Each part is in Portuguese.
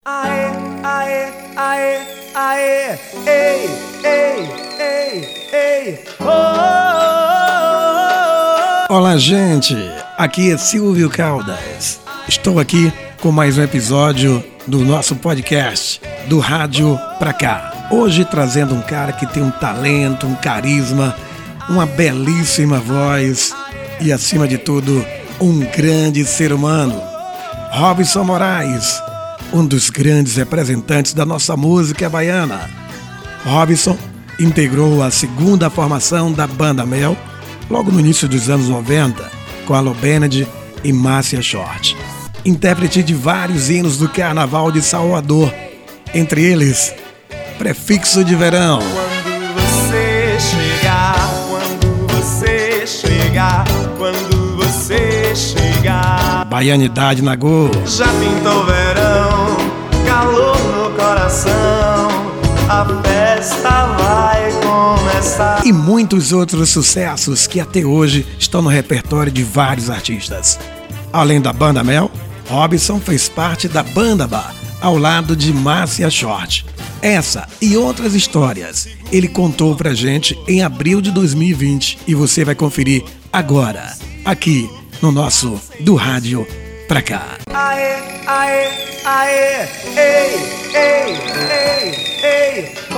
Aê, aê, aê, aê, ei, ei, ei, ei, oh, oh, oh. Olá, gente, aqui é Silvio Caldas. Estou aqui com mais um episódio do nosso podcast do Rádio Pra Cá. Hoje trazendo um cara que tem um talento, um carisma, uma belíssima voz e, acima de tudo, um grande ser humano. Robson Moraes, um dos grandes representantes da nossa música baiana. Robson integrou a segunda formação da Banda Mel logo no início dos anos 90, com Alô Bened e Márcia Short. Intérprete de vários hinos do Carnaval de Salvador, entre eles Prefixo de Verão. Quando você chegar, quando você chegar, quando você chegar, Baianidade na Go. já pintou verão, calor no coração, a festa vai começar. E muitos outros sucessos que até hoje estão no repertório de vários artistas. Além da Banda Mel, Robson fez parte da Banda Bar, ao lado de Márcia Short. Essa e outras histórias ele contou pra gente em abril de 2020 e você vai conferir agora, aqui no nosso Do Rádio Pra Cá. Aê, aê, aê, ei, ei, ei, ei, oh,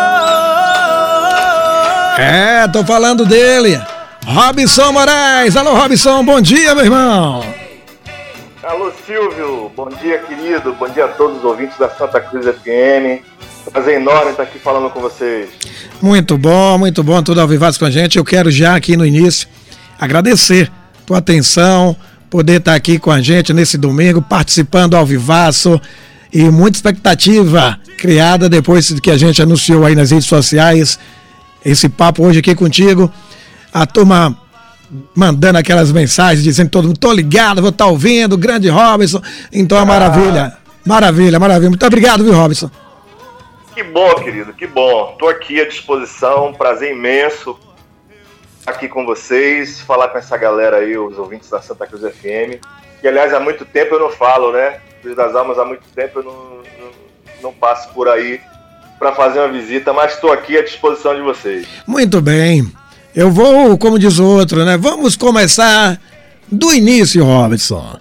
oh, oh. Tô falando dele, Robson Moraes. Alô, Robson, bom dia, meu irmão. Alô, Silvio, bom dia, querido, bom dia a todos os ouvintes da Santa Cruz FM. Prazer enorme estar aqui falando com vocês. Muito bom, tudo ao vivaço com a gente. Eu quero já aqui no início agradecer tua atenção, poder estar aqui com a gente nesse domingo, participando ao vivaço e muita expectativa criada depois que a gente anunciou aí nas redes sociais esse papo hoje aqui contigo. A turma mandando aquelas mensagens dizendo todo mundo, tô ligado, vou estar ouvindo, grande Robson. Então é maravilha. Muito obrigado, viu, Robson? Que bom, querido, que bom. Tô aqui à disposição, prazer imenso estar aqui com vocês, falar com essa galera aí, os ouvintes da Santa Cruz FM. Que, aliás, há muito tempo eu não falo, né? Cruz das Almas, há muito tempo eu não passo por aí para fazer uma visita, mas estou aqui à disposição de vocês. Muito bem. Eu vou, como diz o outro, né? Vamos começar do início, Robson.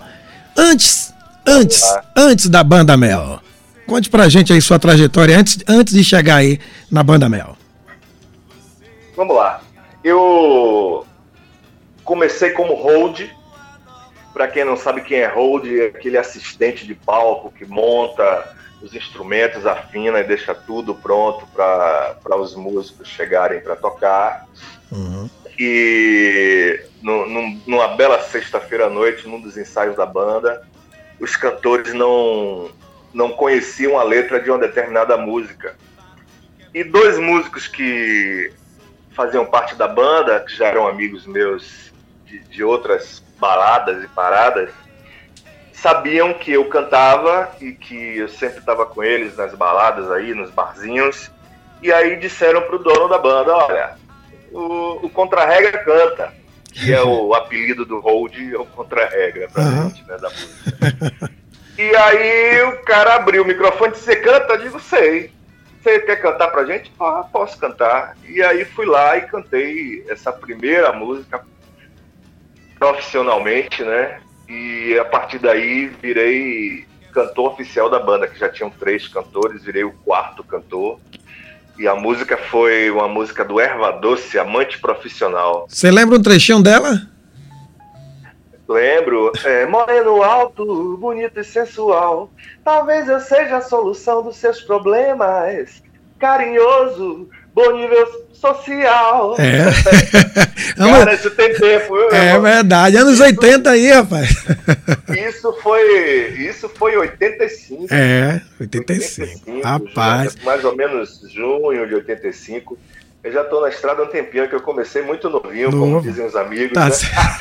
Antes da Banda Mel. Conte pra gente aí sua trajetória antes de chegar aí na Banda Mel. Vamos lá. Eu comecei como hold. Para quem não sabe quem é hold, é aquele assistente de palco que monta os instrumentos, afina e deixa tudo pronto para os músicos chegarem para tocar. Uhum. E numa bela sexta-feira à noite, num dos ensaios da banda, os cantores não conheciam a letra de uma determinada música. E dois músicos que faziam parte da banda, que já eram amigos meus de outras baladas e paradas, sabiam que eu cantava e que eu sempre estava com eles nas baladas aí, nos barzinhos. E aí disseram pro dono da banda, olha, o Contra-Regra canta, que é o apelido do hold, é o Contra-Regra pra gente, né, da música. E aí o cara abriu o microfone e disse, você canta? Eu digo, sei. Você quer cantar pra gente? Ah, posso cantar. E aí fui lá e cantei essa primeira música profissionalmente, né? E a partir daí virei cantor oficial da banda, que já tinham 3 cantores, virei o 4º cantor. E a música foi uma música do Erva Doce, Amante Profissional. Você lembra um trechinho dela? Lembro. Moreno alto, bonito e sensual. Talvez eu seja a solução dos seus problemas. Carinhoso, bom nível social. Cara, isso tem tempo. Verdade. Anos 80 aí, rapaz. Isso foi 85. 85. Rapaz. Mais ou menos junho de 85. Eu já tô na estrada há um tempinho, que eu comecei muito novinho, como dizem os amigos. Tá, né?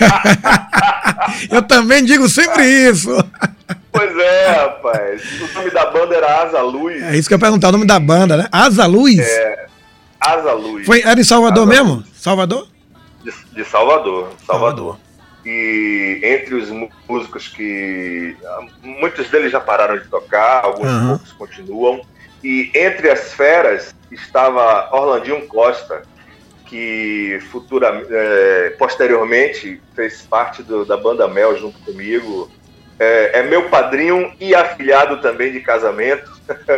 Eu também digo sempre isso. Pois é, rapaz. O nome da banda era Asa Luz. É isso que eu ia perguntar, o nome da banda, né? Asa Luz? Asa Luz. Era em Salvador Asa mesmo? Luz. Salvador? De Salvador. e entre os músicos que... muitos deles já pararam de tocar, alguns poucos continuam, e entre as feras estava Orlandinho Costa, que posteriormente fez parte da Banda Mel junto comigo, é meu padrinho e afilhado também de casamento.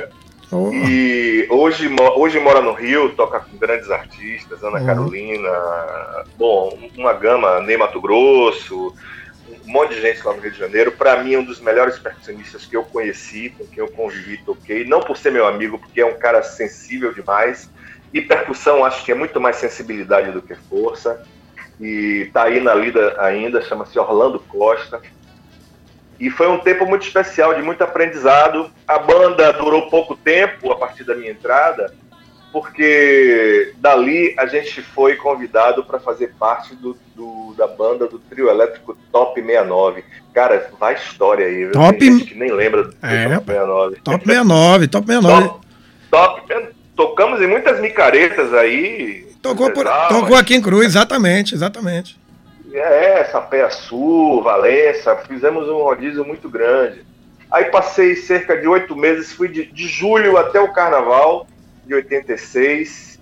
E hoje mora no Rio, toca com grandes artistas, Ana Carolina, bom, uma gama, Ney Mato Grosso, um monte de gente lá no Rio de Janeiro. Para mim, um dos melhores percussionistas que eu conheci, com quem eu convivi e toquei, não por ser meu amigo, porque é um cara sensível demais, e percussão acho que é muito mais sensibilidade do que força, e tá aí na lida ainda, chama-se Orlando Costa. E foi um tempo muito especial, de muito aprendizado. A banda durou pouco tempo a partir da minha entrada, porque dali a gente foi convidado para fazer parte da banda do trio elétrico Top 69. Cara, vai história aí, viu? Top... Tem gente que nem lembra do Top 69. Top 69, Top 69. Tocamos em muitas micaretas aí. Tocou aqui em Cruz, exatamente. Sapé Sul, Valença, fizemos um rodízio muito grande. Aí passei cerca de 8 meses, fui de julho até o Carnaval de 86,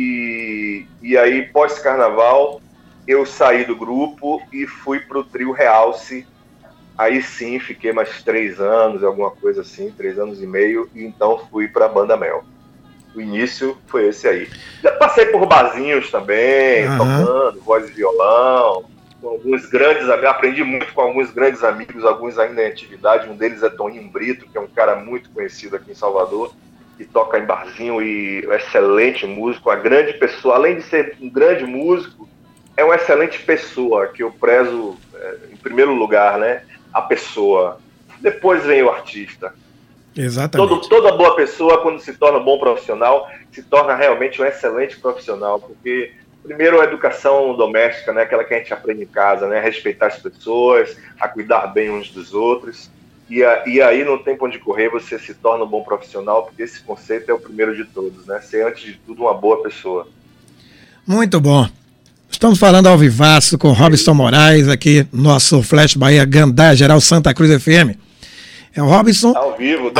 e aí pós-Carnaval eu saí do grupo e fui pro trio Realce. Aí sim, fiquei mais 3 anos, alguma coisa assim, 3 anos e meio, e então fui pra Banda Mel. O início foi esse aí. Já passei por barzinhos também, tocando, voz e violão, com alguns grandes amigos, aprendi muito com alguns grandes amigos, alguns ainda em atividade. Um deles é Toninho Brito, que é um cara muito conhecido aqui em Salvador, que toca em barzinho e é um excelente músico, uma grande pessoa. Além de ser um grande músico, é uma excelente pessoa, que eu prezo em primeiro lugar, né? A pessoa. Depois vem o artista. Exatamente. Toda boa pessoa, quando se torna um bom profissional, se torna realmente um excelente profissional, porque primeiro a educação doméstica, né, aquela que a gente aprende em casa, né, a respeitar as pessoas, a cuidar bem uns dos outros, e aí não tem pra onde correr, você se torna um bom profissional, porque esse conceito é o primeiro de todos, né, ser antes de tudo uma boa pessoa. Muito bom. Estamos falando ao vivaço com Robson Moraes, aqui no nosso Flash Bahia Gandá, Geral Santa Cruz FM. É o Robson. Ao vivo,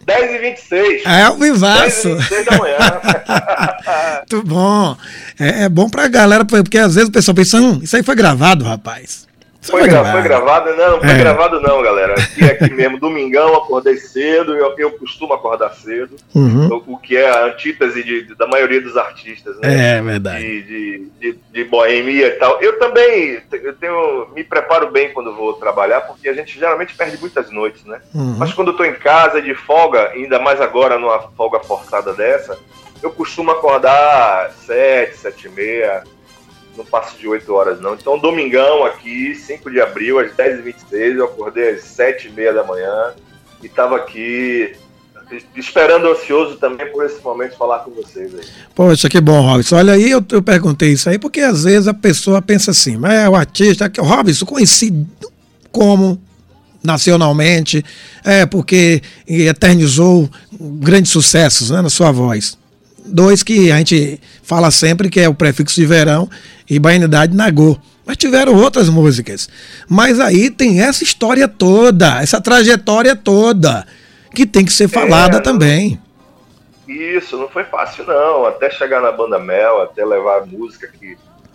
10h26. É ao vivaço. 10h26 da manhã. Muito bom. É bom pra galera, porque às vezes o pessoal pensa, isso aí foi gravado, rapaz. Foi gravado? Não foi gravado não, galera. Aqui mesmo, domingão, acordei cedo, eu costumo acordar cedo, o que é a antítese da maioria dos artistas, né? É verdade. De boemia e tal. Eu também me preparo bem quando vou trabalhar, porque a gente geralmente perde muitas noites, né? Mas quando eu tô em casa, de folga, ainda mais agora numa folga forçada dessa, eu costumo acordar 7, 7h30, não passo de 8 horas não. Então domingão aqui, 5 de abril, às 10h26, eu acordei às 7h30 da manhã e estava aqui esperando, ansioso também por esse momento de falar com vocês aí. Poxa, que bom, Robson. Olha aí, eu perguntei isso aí, porque às vezes a pessoa pensa assim, mas o artista, o Robson, conhecido como nacionalmente, porque eternizou grandes sucessos, né, na sua voz. 2 que a gente fala sempre, que é o Prefixo de Verão e Baianidade Nagô. Mas tiveram outras músicas. Mas aí tem essa história toda, essa trajetória toda, que tem que ser falada também. Isso, não foi fácil não. Até chegar na Banda Mel, até levar a música que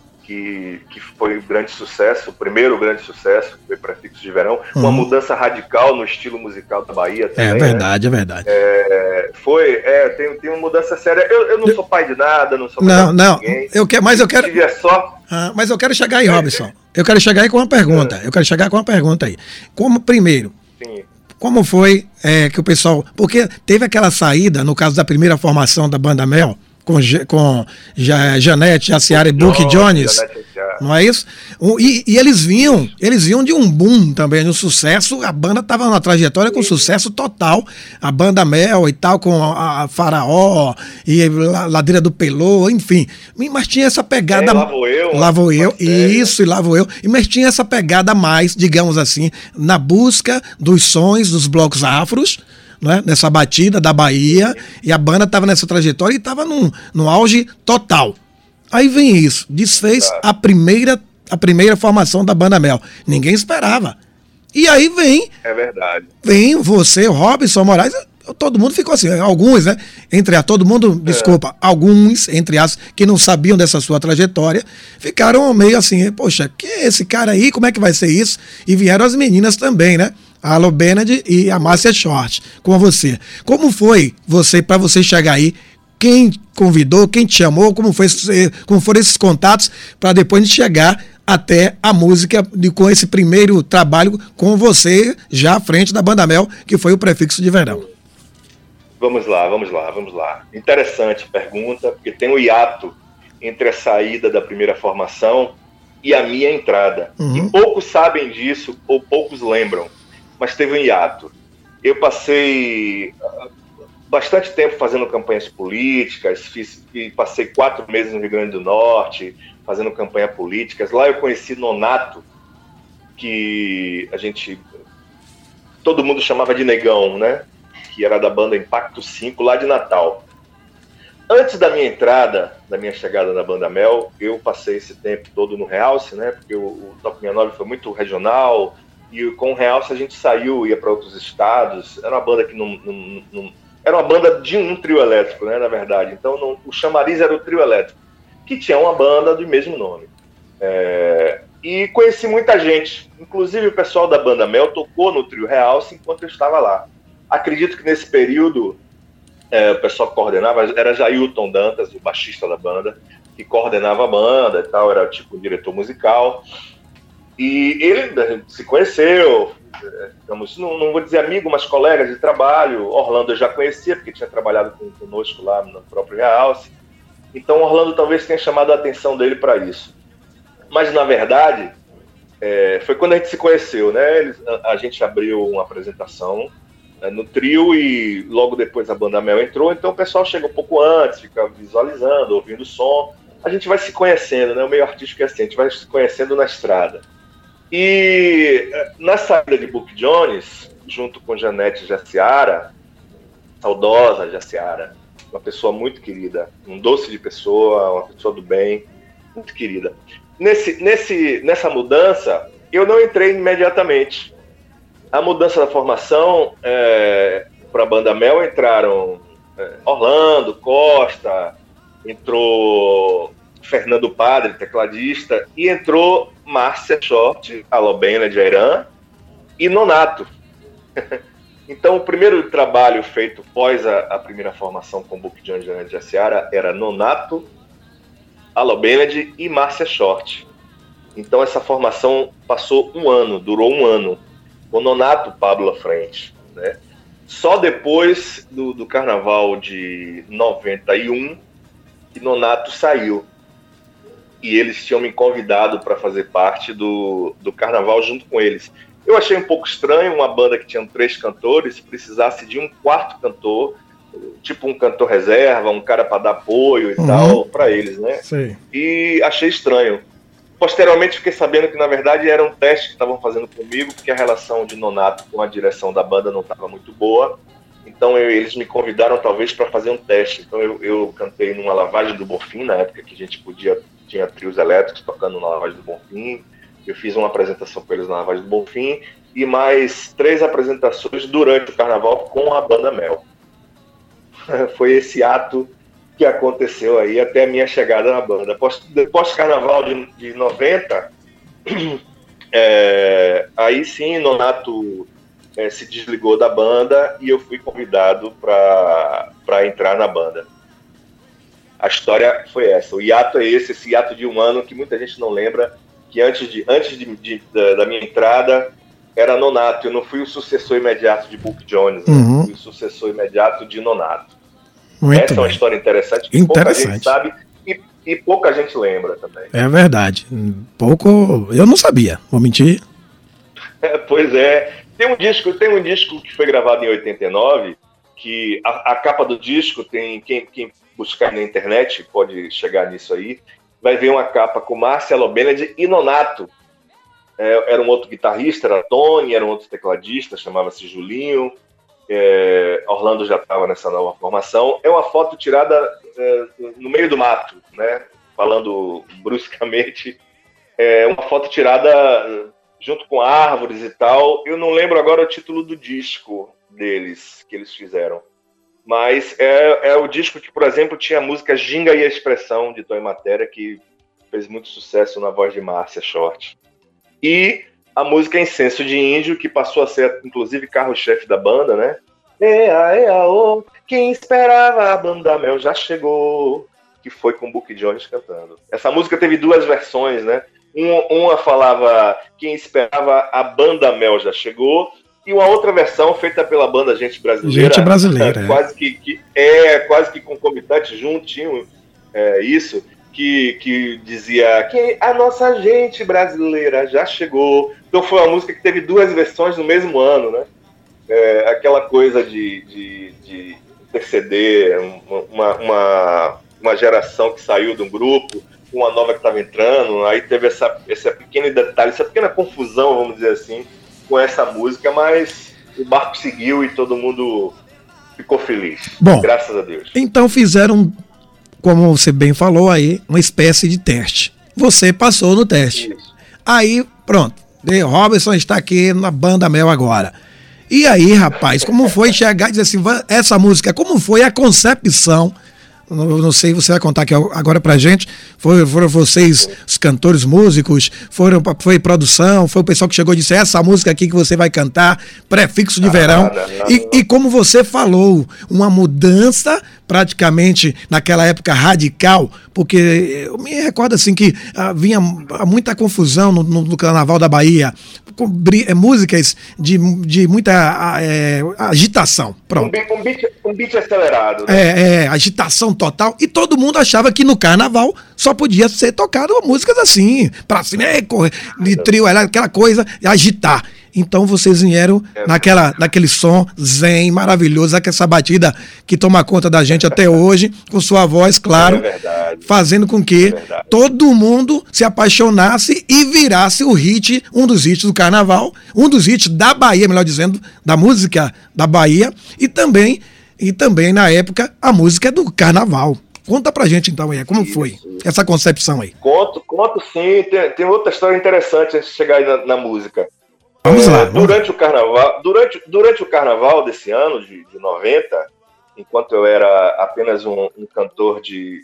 foi um grande sucesso, o primeiro grande sucesso, que foi Prefixo de Verão, uma mudança radical no estilo musical da Bahia também. É verdade, né? É verdade. Tem uma mudança séria. Eu não sou pai de nada, não sou pai de ninguém. Mas eu quero... Mas eu quero chegar aí, Robson. Eu quero chegar aí com uma pergunta. Aí. Primeiro, sim, como foi que o pessoal... Porque teve aquela saída, no caso da primeira formação da Banda Mel, com Janete, Jaciara e Book Jones, não é isso? E eles vinham de um boom também, no sucesso. A banda estava numa trajetória com sucesso total. A Banda Mel e tal, com a Faraó e Ladeira do Pelô, enfim. Mas tinha essa pegada... Lá vou eu. Mas tinha essa pegada mais, digamos assim, na busca dos sons dos blocos afros, né, nessa batida da Bahia, e a banda estava nessa trajetória e estava no auge total. Aí vem isso, desfez a primeira a primeira formação da Banda Mel. Ninguém esperava. E aí vem... É verdade. Vem você, Robson Moraes, todo mundo ficou assim, alguns, né? Todo mundo, desculpa, alguns, entre as que não sabiam dessa sua trajetória, ficaram meio assim, poxa, que é esse cara aí, como é que vai ser isso? E vieram as meninas também, né? A Alo Bennett e a Márcia Short, com você. Como foi para você chegar aí? Quem convidou, quem te chamou, como foram esses contatos para depois de chegar até a música com esse primeiro trabalho com você já à frente da Banda Mel, que foi o Prefixo de Verão? Vamos lá. Interessante pergunta, porque tem um hiato entre a saída da primeira formação e a minha entrada. E poucos sabem disso, ou poucos lembram, mas teve um hiato. Eu passei bastante tempo fazendo campanhas políticas, passei 4 meses no Rio Grande do Norte, fazendo campanha políticas. Lá eu conheci Nonato, que todo mundo chamava de Negão, né? Que era da banda Impacto 5, lá de Natal. Antes da minha entrada, da minha chegada na Banda Mel, eu passei esse tempo todo no Realce, né? Porque o Top 69 foi muito regional, e com o Realce a gente saiu, ia para outros estados. Era uma banda que não era uma banda de um trio elétrico, né? Na verdade. Então o chamariz era o trio elétrico, que tinha uma banda do mesmo nome. E conheci muita gente, inclusive o pessoal da Banda Mel tocou no trio Realce enquanto eu estava lá. Acredito que nesse período o pessoal que coordenava era Jailton Dantas, o baixista da banda, que coordenava a banda e tal, era tipo um diretor musical. E ele se conheceu, não vou dizer amigo, mas colegas de trabalho. Orlando eu já conhecia, porque tinha trabalhado conosco lá no próprio Realce. Então Orlando talvez tenha chamado a atenção dele para isso. Mas na verdade, foi quando a gente se conheceu, né? A gente abriu uma apresentação no trio e logo depois a Banda Mel entrou, então o pessoal chega um pouco antes, fica visualizando, ouvindo o som. A gente vai se conhecendo, né? O meio artístico é assim, a gente vai se conhecendo na estrada. E na saída de Book Jones, junto com Janete Jaciara, saudosa Jaciara, uma pessoa muito querida, um doce de pessoa, uma pessoa do bem, muito querida. Nessa mudança, eu não entrei imediatamente. A mudança da formação, para a Banda Mel entraram Orlando, Costa, entrou Fernando Padre, tecladista, e entrou Márcia Short, Alo Bennett de Irã, e Nonato. Então, o primeiro trabalho feito após a primeira formação com Book Jones e Janete Jaciara era Nonato, Alo Bennett e Márcia Short. Então, essa formação passou durou um ano, com Nonato Pablo à frente, né? Só depois do Carnaval de 91 que Nonato saiu. E eles tinham me convidado para fazer parte do Carnaval junto com eles. Eu achei um pouco estranho uma banda que tinha 3 cantores precisasse de um 4º cantor, tipo um cantor reserva, um cara para dar apoio e tal, para eles, né? Sim. E achei estranho. Posteriormente fiquei sabendo que na verdade era um teste que estavam fazendo comigo, porque a relação de Nonato com a direção da banda não estava muito boa. Então eles me convidaram talvez para fazer um teste. Então eu cantei numa Lavagem do Bonfim, na época que a gente tinha trios elétricos tocando na Lavagem do Bonfim. Eu fiz uma apresentação com eles na Lavagem do Bonfim e mais 3 apresentações durante o Carnaval com a Banda Mel. Foi esse ato que aconteceu aí até a minha chegada na banda. Depois do Carnaval de 90, aí sim Nonato se desligou da banda e eu fui convidado para entrar na banda. A história foi essa. O hiato é esse hiato de um ano que muita gente não lembra, que antes da minha entrada era Nonato. Eu não fui o sucessor imediato de Book Jones, né? Fui o sucessor imediato de Nonato. Essa é uma história interessante que pouca gente sabe e pouca gente lembra também. É verdade. Eu não sabia, vou mentir. Pois é. Tem um disco que foi gravado em 89, que a capa do disco tem, quem buscar na internet pode chegar nisso aí, vai ver uma capa com Márcia, Alo Bennett e Nonato. Era um outro guitarrista, era Tony, era um outro tecladista, chamava-se Julinho. Orlando já estava nessa nova formação. É uma foto tirada no meio do mato, né? Falando bruscamente, uma foto tirada junto com árvores e tal. Eu não lembro agora o título do disco deles, que eles fizeram. Mas é o disco que, por exemplo, tinha a música Ginga e a Expressão, de Tom e Matéria, que fez muito sucesso na voz de Márcia Short. E a música Incenso de Índio, que passou a ser, inclusive, carro-chefe da banda, né? Ea, ea, oh, quem esperava a banda Mel já chegou, que foi com o Buck Jones cantando. Essa música teve duas versões, né? Uma falava quem esperava a banda Mel já chegou, e uma outra versão feita pela banda Gente Brasileira. Gente Brasileira, quase que concomitante, juntinho, isso, que dizia que a nossa gente brasileira já chegou. Então foi uma música que teve duas versões no mesmo ano, né? Aquela coisa de interceder uma geração que saiu de um grupo, uma nova que estava entrando, aí teve esse pequeno detalhe, essa pequena confusão, vamos dizer assim, com essa música, mas o barco seguiu e todo mundo ficou feliz. Bom, graças a Deus. Então fizeram, como você bem falou aí, uma espécie de teste. Você passou no teste. Isso. Aí, pronto. Robinson está aqui na banda Mel agora. E aí, rapaz, como foi chegar e dizer assim, essa música, como foi a concepção? Não sei, você vai contar aqui agora pra gente. Foram vocês, os cantores, músicos, foi produção, foi o pessoal que chegou e disse, essa música aqui que você vai cantar, prefixo de verão. E como você falou, uma mudança praticamente naquela época radical, porque eu me recordo assim que havia muita confusão no Carnaval da Bahia, com músicas de muita agitação. Pronto. Um beat acelerado. Né? Agitação total. E todo mundo achava que no Carnaval só podia ser tocado músicas assim, pra cima, de trio, aquela coisa, agitar. Então vocês vieram naquele som zen, maravilhoso, com essa batida que toma conta da gente até hoje, com sua voz, claro, fazendo com que todo mundo se apaixonasse e virasse um dos hits do Carnaval, um dos hits da Bahia, melhor dizendo, da música da Bahia, e também na época, a música do Carnaval. Conta pra gente então aí, como foi essa concepção aí? Conto sim, tem outra história interessante antes de chegar aí na música. Vamos lá. Durante o carnaval desse ano, de 90, enquanto eu era apenas um cantor de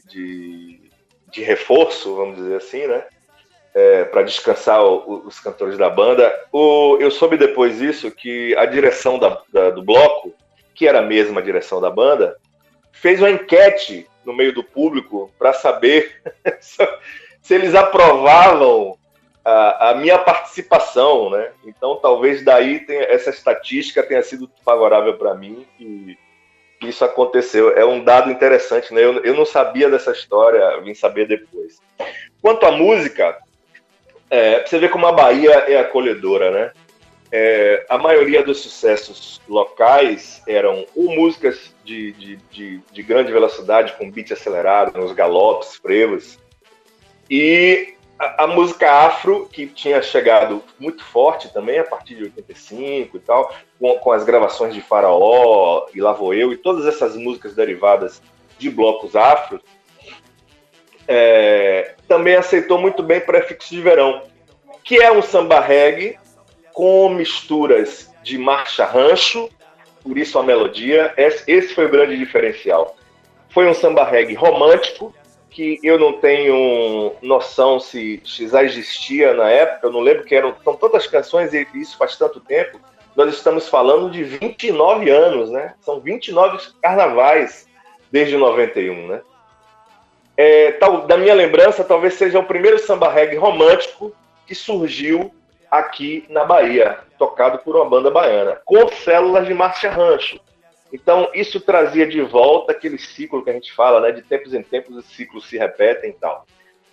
reforço, vamos dizer assim, né? Para descansar os cantores da banda, eu soube depois disso que a direção do bloco, que era a mesma direção da banda, fez uma enquete no meio do público para saber se eles aprovavam a minha participação, né? Então, talvez daí essa estatística tenha sido favorável para mim e isso aconteceu. É um dado interessante, né? Eu não sabia dessa história, vim saber depois. Quanto à música, você vê como a Bahia é acolhedora, né? A maioria dos sucessos locais eram ou músicas de grande velocidade, com beat acelerado, nos galopes, frevos, e a música afro, que tinha chegado muito forte também, a partir de 85 e tal, com as gravações de Faraó e Lá Vou Eu, e todas essas músicas derivadas de blocos afro, também aceitou muito bem Prefixo de Verão, que é um samba reggae com misturas de marcha rancho, por isso a melodia. Esse foi o grande diferencial. Foi um samba reggae romântico, que eu não tenho noção se já existia na época, eu não lembro que são tantas canções e isso faz tanto tempo. Nós estamos falando de 29 anos, né? São 29 carnavais desde 91, né? Da minha lembrança, talvez seja o primeiro samba reggae romântico que surgiu aqui na Bahia, tocado por uma banda baiana, com células de marcha rancho. Então, isso trazia de volta aquele ciclo que a gente fala, né? De tempos em tempos os ciclos se repetem e tal.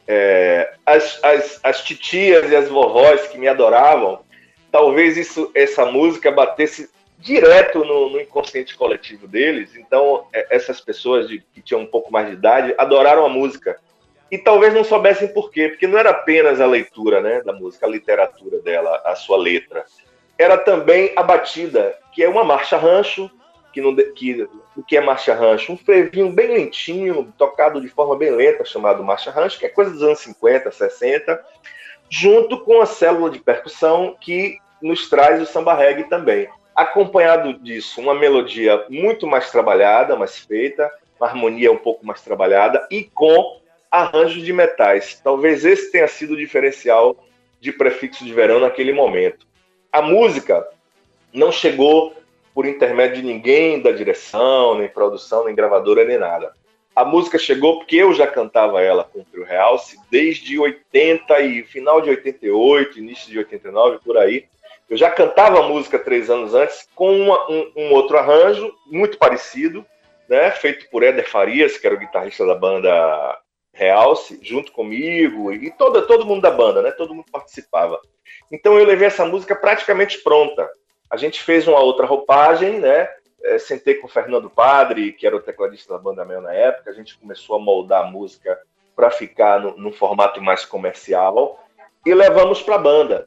As titias e as vovós que me adoravam, talvez essa música batesse direto no inconsciente coletivo deles. Então, essas pessoas que tinham um pouco mais de idade adoraram a música. E talvez não soubessem por quê, porque não era apenas a leitura, né, da música, a literatura dela, a sua letra. Era também a batida, que é uma marcha rancho. O que é marcha rancho? Um frevinho bem lentinho, tocado de forma bem lenta, chamado marcha rancho, que é coisa dos anos 50, 60, junto com a célula de percussão que nos traz o samba reggae também. Acompanhado disso, uma melodia muito mais trabalhada, mais feita, uma harmonia um pouco mais trabalhada e com arranjos de metais. Talvez esse tenha sido o diferencial de Prefixo de Verão naquele momento. A música não chegou por intermédio de ninguém da direção, nem produção, nem gravadora, nem nada. A música chegou porque eu já cantava ela com o Trio Realce desde 80 e final de 88, início de 89, por aí. Eu já cantava a música 3 anos antes com um outro arranjo muito parecido, né, feito por Éder Farias, que era o guitarrista da banda Realce, junto comigo, e todo mundo da banda, né, todo mundo participava. Então eu levei essa música praticamente pronta. A gente fez uma outra roupagem, né, sentei com o Fernando Padre, que era o tecladista da banda Mel na época, a gente começou a moldar a música para ficar num formato mais comercial, e levamos para a banda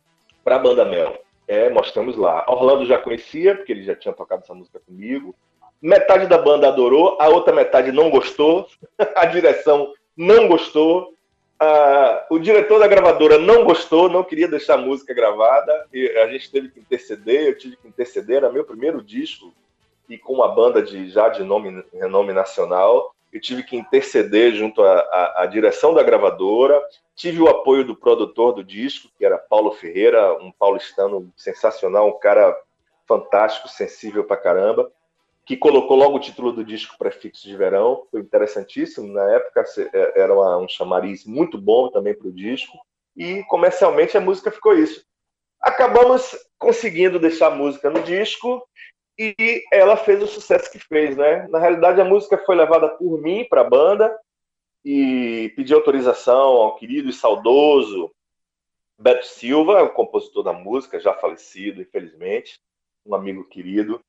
Mel. Mostramos lá. Orlando já conhecia, porque ele já tinha tocado essa música comigo. Metade da banda adorou, a outra metade não gostou, a direção não gostou, o diretor da gravadora não gostou, não queria deixar a música gravada, e a gente teve que interceder, eu tive que interceder, era meu primeiro disco, e com uma banda de renome nacional, eu tive que interceder junto à direção da gravadora, tive o apoio do produtor do disco, que era Paulo Ferreira, um paulistano sensacional, um cara fantástico, sensível pra caramba, que colocou logo o título do disco Prefixo de Verão, foi interessantíssimo, na época era um chamariz muito bom também para o disco, e comercialmente a música ficou isso. Acabamos conseguindo deixar a música no disco, e ela fez o sucesso que fez, né? Na realidade, a música foi levada por mim para a banda e pedi autorização ao querido e saudoso Beto Silva, o compositor da música, já falecido, infelizmente, um amigo querido.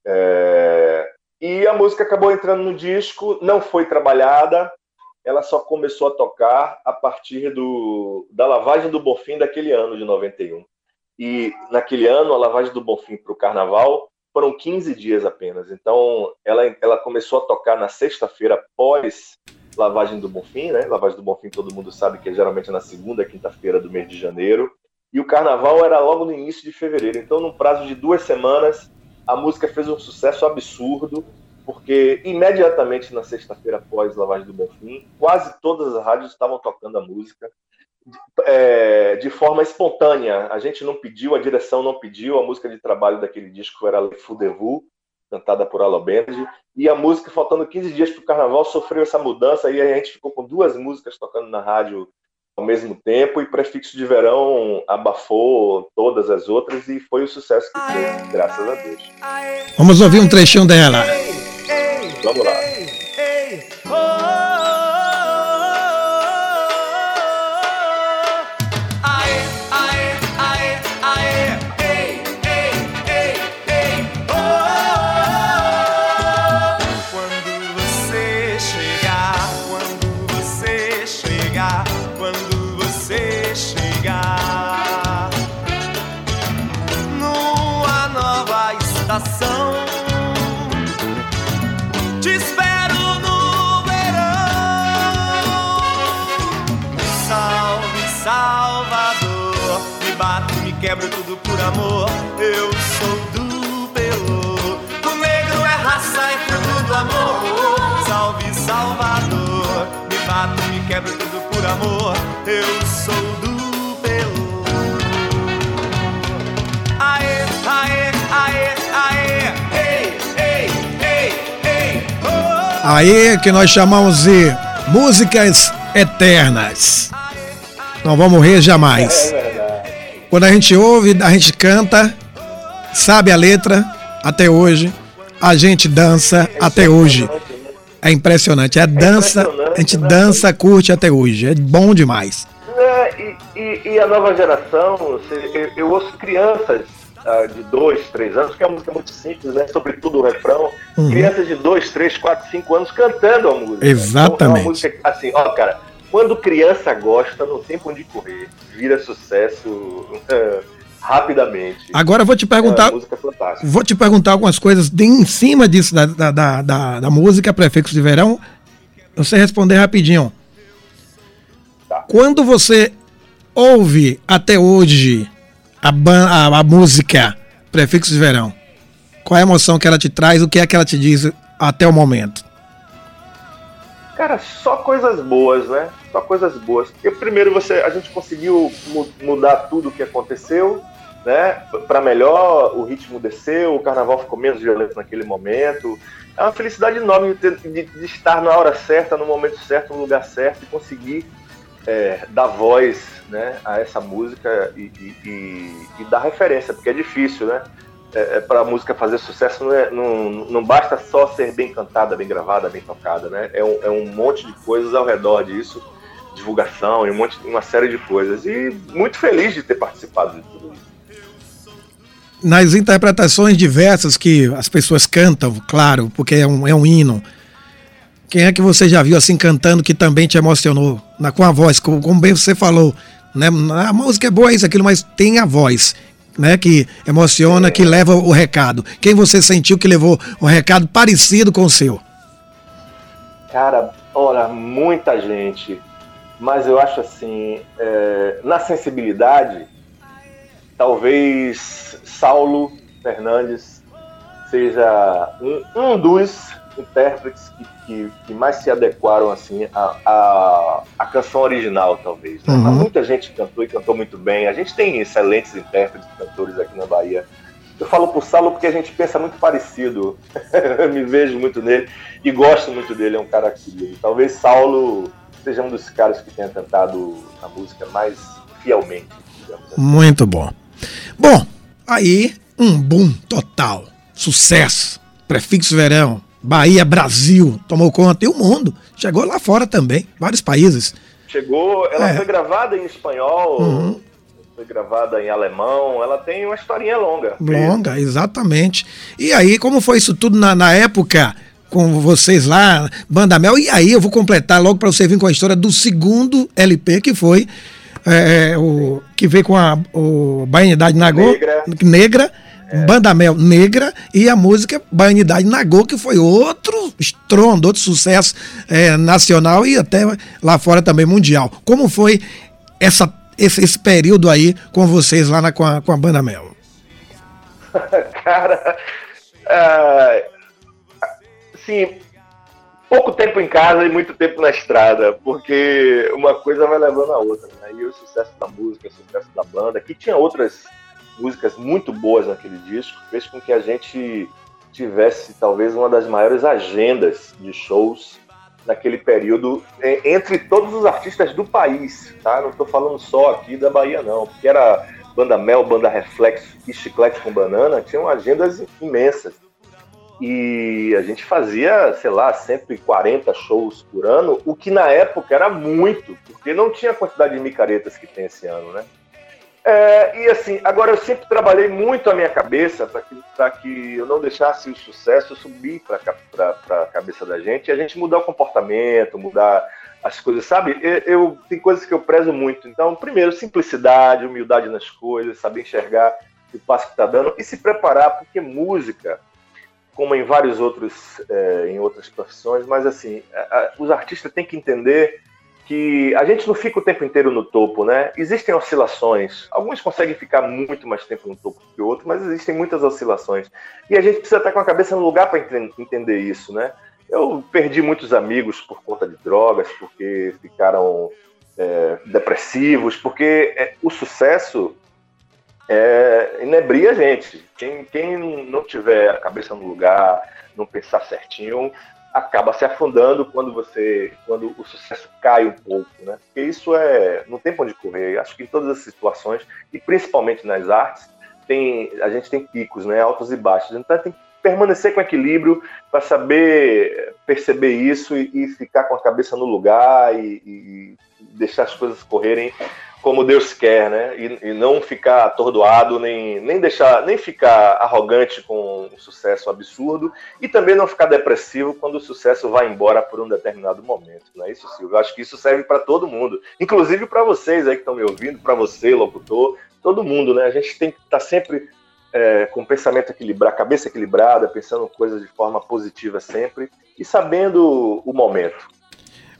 E a música acabou entrando no disco, não foi trabalhada, ela só começou a tocar a partir da lavagem do Bonfim daquele ano, de 91. E naquele ano, a lavagem do Bonfim para o Carnaval foram 15 dias apenas. Então, ela começou a tocar na sexta-feira após lavagem do Bonfim, né? Lavagem do Bonfim, todo mundo sabe que é geralmente na segunda, quinta-feira do mês de janeiro. E o Carnaval era logo no início de fevereiro. Então, num prazo de 2 semanas, a música fez um sucesso absurdo, porque imediatamente na sexta-feira após lavagem do Bonfim, quase todas as rádios estavam tocando a música de forma espontânea. A gente não pediu, a direção não pediu, a música de trabalho daquele disco era Le Fou de Vous, cantada por Allo Benji, e a música, faltando 15 dias para o Carnaval, sofreu essa mudança, e a gente ficou com 2 músicas tocando na rádio ao mesmo tempo, e Prefixo de Verão abafou todas as outras, e foi o sucesso que fez, graças a Deus. Vamos ouvir um trechinho dela. Vamos lá. Te espero no verão. Salve, Salvador. Me bato, me quebro tudo por amor. Eu sou do Pelô. O negro é raça, é fruto do amor. Salve, Salvador. Me bato, me quebro tudo por amor. Eu sou do Pelô. Aê, aê, aê, aê. Aí que nós chamamos de músicas eternas. Não vão morrer jamais. Quando a gente ouve, a gente canta, sabe a letra até hoje, a gente dança até hoje. É impressionante. Dança, a gente dança, curte até hoje. É bom demais. E a nova geração, eu ouço crianças de 2, 3 anos, que é uma música muito simples, né? Sobretudo o refrão. Crianças de 2, 3, 4, 5 anos cantando a música. Exatamente. Então, é uma música assim, ó, cara, quando criança gosta, não tem pra onde correr. Vira sucesso rapidamente. Agora eu vou te perguntar. Música fantástica. Vou te perguntar algumas coisas em cima disso da música Prefixo de Verão. Você responder rapidinho. Tá. Quando você ouve até hoje a música Prefixo de Verão, qual é a emoção que ela te traz? O que é que ela te diz até o momento? Cara, só coisas boas, né? Só coisas boas. Porque primeiro a gente conseguiu mudar tudo o que aconteceu, né? Para melhor, o ritmo desceu, o carnaval ficou menos violento naquele momento. É uma felicidade enorme de estar na hora certa, no momento certo, no lugar certo e conseguir dar voz, né, a essa música e dar referência, porque é difícil, né? Para a música fazer sucesso não basta só ser bem cantada, bem gravada, bem tocada, né? É um monte de coisas ao redor disso, divulgação e uma série de coisas. E muito feliz de ter participado de tudo isso. Nas interpretações diversas que as pessoas cantam, claro, porque é um hino, quem é que você já viu assim cantando que também te emocionou com a voz, como bem você falou, né? A música é boa, isso, aquilo, mas tem a voz, né, que emociona, que leva o recado. Quem você sentiu que levou um recado parecido com o seu? Cara, olha, muita gente, mas eu acho assim, na sensibilidade, talvez Saulo Fernandes seja um dos intérpretes que mais se adequaram assim à canção original, talvez, né? Uhum. Muita gente cantou e cantou muito bem. A gente tem excelentes intérpretes, cantores aqui na Bahia. Eu falo por Saulo porque a gente pensa muito parecido. Eu me vejo muito nele e gosto muito dele, é um cara querido. Talvez Saulo seja um dos caras que tenha cantado a música mais fielmente, digamos assim. Muito bom. Bom, aí um boom total, sucesso, Prefixo Verão, Bahia, Brasil, tomou conta, e o mundo, chegou lá fora também, vários países. Chegou, ela foi gravada em espanhol, foi gravada em alemão, ela tem uma historinha longa. Longa, exatamente. E aí, como foi isso tudo na época, com vocês lá, Banda Mel, e aí eu vou completar logo para você vir com a história do segundo LP, que foi o que veio com o Baianidade Nagô, Negra, Banda Mel Negra, e a música Baianidade Nagô, que foi outro estrondo, outro sucesso nacional e até lá fora também mundial. Como foi esse período aí com vocês lá com a Banda Mel? Cara, sim, pouco tempo em casa e muito tempo na estrada, porque uma coisa vai levando a outra, né? E o sucesso da música, o sucesso da banda, que tinha outras músicas muito boas naquele disco, fez com que a gente tivesse talvez uma das maiores agendas de shows naquele período, entre todos os artistas do país, tá? Não estou falando só aqui da Bahia, não, porque era Banda Mel, Banda Reflexo e Chiclete com Banana, tinham agendas imensas. E a gente fazia, sei lá, 140 shows por ano, o que na época era muito, porque não tinha a quantidade de micaretas que tem esse ano, né? E assim, agora eu sempre trabalhei muito a minha cabeça para que eu não deixasse o sucesso subir para a cabeça da gente e a gente mudar o comportamento, mudar as coisas, sabe? Tem coisas que eu prezo muito. Então, primeiro, simplicidade, humildade nas coisas, saber enxergar o passo que está dando e se preparar, porque música, como em vários outros, em outras profissões, mas assim, os artistas têm que entender que a gente não fica o tempo inteiro no topo, né? Existem oscilações. Alguns conseguem ficar muito mais tempo no topo que outros, mas existem muitas oscilações. E a gente precisa estar com a cabeça no lugar para entender isso, né? Eu perdi muitos amigos por conta de drogas, porque ficaram depressivos, porque o sucesso inebria a gente. Quem não tiver a cabeça no lugar, não pensar certinho, acaba se afundando quando o sucesso cai um pouco, né? Porque isso não tem pra onde correr. Acho que em todas as situações, e principalmente nas artes, a gente tem picos, né? Altos e baixos. Então tem que permanecer com equilíbrio para saber perceber isso e ficar com a cabeça no lugar e deixar as coisas correrem como Deus quer, né? E não ficar atordoado, nem ficar arrogante com um sucesso absurdo e também não ficar depressivo quando o sucesso vai embora por um determinado momento, não é isso, Silvio? Eu acho que isso serve para todo mundo, inclusive para vocês aí que estão me ouvindo, para você, locutor, todo mundo, né? A gente tem que estar sempre com o pensamento equilibrado, cabeça equilibrada, pensando coisas de forma positiva sempre e sabendo o momento.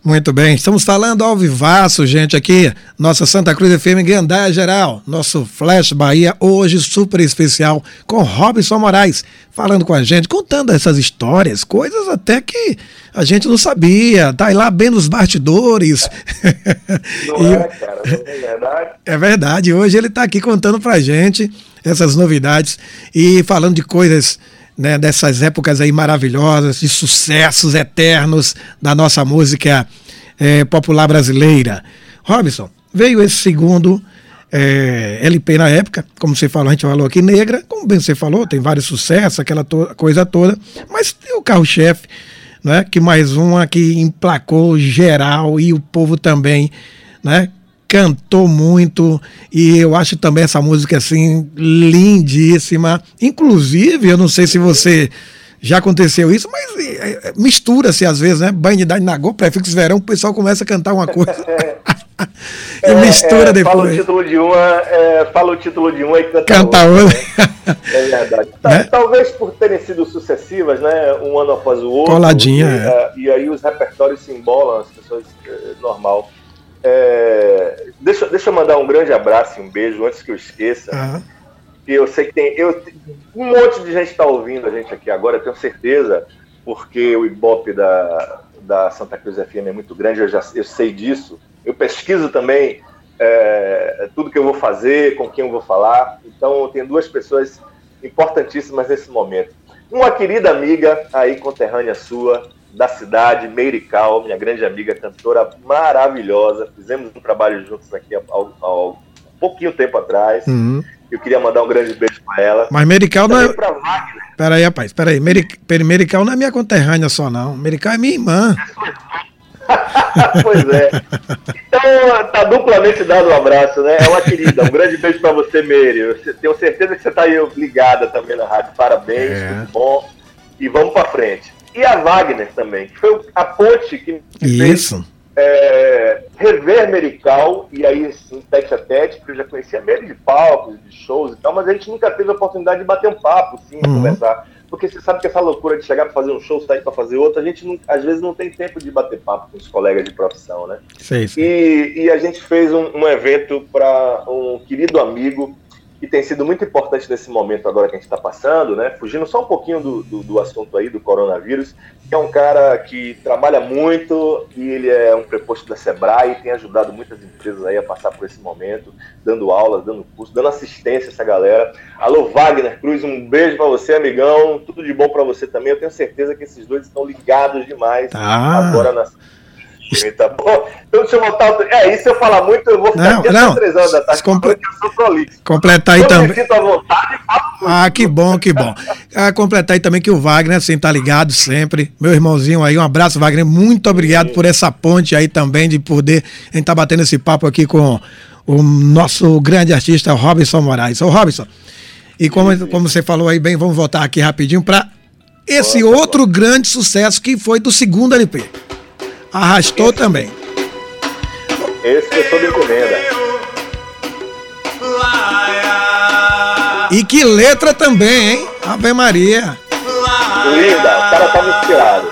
Muito bem, estamos falando ao vivaço, gente, aqui, nossa Santa Cruz FM Gandaia Geral, nosso Flash Bahia, hoje super especial, com Robson Moraes, falando com a gente, contando essas histórias, coisas até que a gente não sabia, tá aí lá bem nos bastidores. Não é, cara, não é verdade? É verdade, hoje ele tá aqui contando pra gente essas novidades e falando de coisas, né, dessas épocas aí maravilhosas, de sucessos eternos da nossa música popular brasileira. Robson, veio esse segundo LP na época, como você falou, a gente falou aqui, Negra, como bem você falou, tem vários sucessos, aquela coisa toda, mas tem o carro-chefe, né, que mais uma que emplacou geral e o povo também, né, cantou muito, e eu acho também essa música assim lindíssima. Inclusive, eu não sei se você já aconteceu isso, mas mistura-se às vezes, né? Banidade Nagô, prefixo verão, o pessoal começa a cantar uma coisa e mistura depois. Fala o título de uma e canta outra. É verdade. Né? Talvez por terem sido sucessivas, né? Um ano após o outro. Coladinha. E aí os repertórios se embolam, as pessoas normal. Deixa eu mandar um grande abraço e um beijo antes que eu esqueça. E eu sei que tem um monte de gente está ouvindo a gente aqui agora, eu tenho certeza, porque o Ibope da Santa Cruz FM é muito grande, eu sei disso. Eu pesquiso também tudo que eu vou fazer, com quem eu vou falar. Então tem duas pessoas importantíssimas nesse momento. Uma querida amiga aí, conterrânea sua, da cidade, Meirical, minha grande amiga, cantora maravilhosa. Fizemos um trabalho juntos aqui há pouquinho tempo atrás. Eu queria mandar um grande beijo para ela. Mas Meirical não é... Pra Wagner. Peraí, rapaz, peraí. Meirical não é minha conterrânea só, não. Meirical é minha irmã. Pois é. Então, tá duplamente dado um abraço, né? É uma querida. Um grande beijo para você, Meire. Eu tenho certeza que você tá aí ligada também na rádio. Parabéns, muito bom. E vamos para frente. E a Wagner também, que foi a ponte que fez rever Meirical, e aí em tete a tete, porque eu já conhecia Meire de palcos, de shows e tal, mas a gente nunca teve a oportunidade de bater um papo, sim, conversar. Porque você sabe que essa loucura de chegar para fazer um show, sair para fazer outro, a gente não, às vezes não tem tempo de bater papo com os colegas de profissão, né? Sim. E a gente fez um evento para um querido amigo, que tem sido muito importante nesse momento agora que a gente está passando, né? Fugindo só um pouquinho do assunto aí do coronavírus, que é um cara que trabalha muito e ele é um preposto da Sebrae e tem ajudado muitas empresas aí a passar por esse momento, dando aulas, dando curso, dando assistência a essa galera. Alô, Wagner Cruz, um beijo para você, amigão, tudo de bom para você também. Eu tenho certeza que esses dois estão ligados demais agora na... Tá bom? Então deixa eu voltar. Isso eu falar muito, eu vou ficar aqui até 3 horas da tarde, porque eu sou prolixo. Completar aí também. Eu me sinto à vontade e falo. Que bom, que bom. Completar aí também que o Wagner, assim, tá ligado sempre. Meu irmãozinho aí, um abraço, Wagner. Muito obrigado por essa ponte aí também, de poder a gente tá batendo esse papo aqui com o nosso grande artista, Robson Moraes. Ô, Robson, e como você falou aí bem, vamos voltar aqui rapidinho para esse outro grande sucesso que foi do segundo LP. Arrastou também. Esse eu sou de encomenda. E que letra também, hein? Ave Maria. Linda, o cara tava inspirado.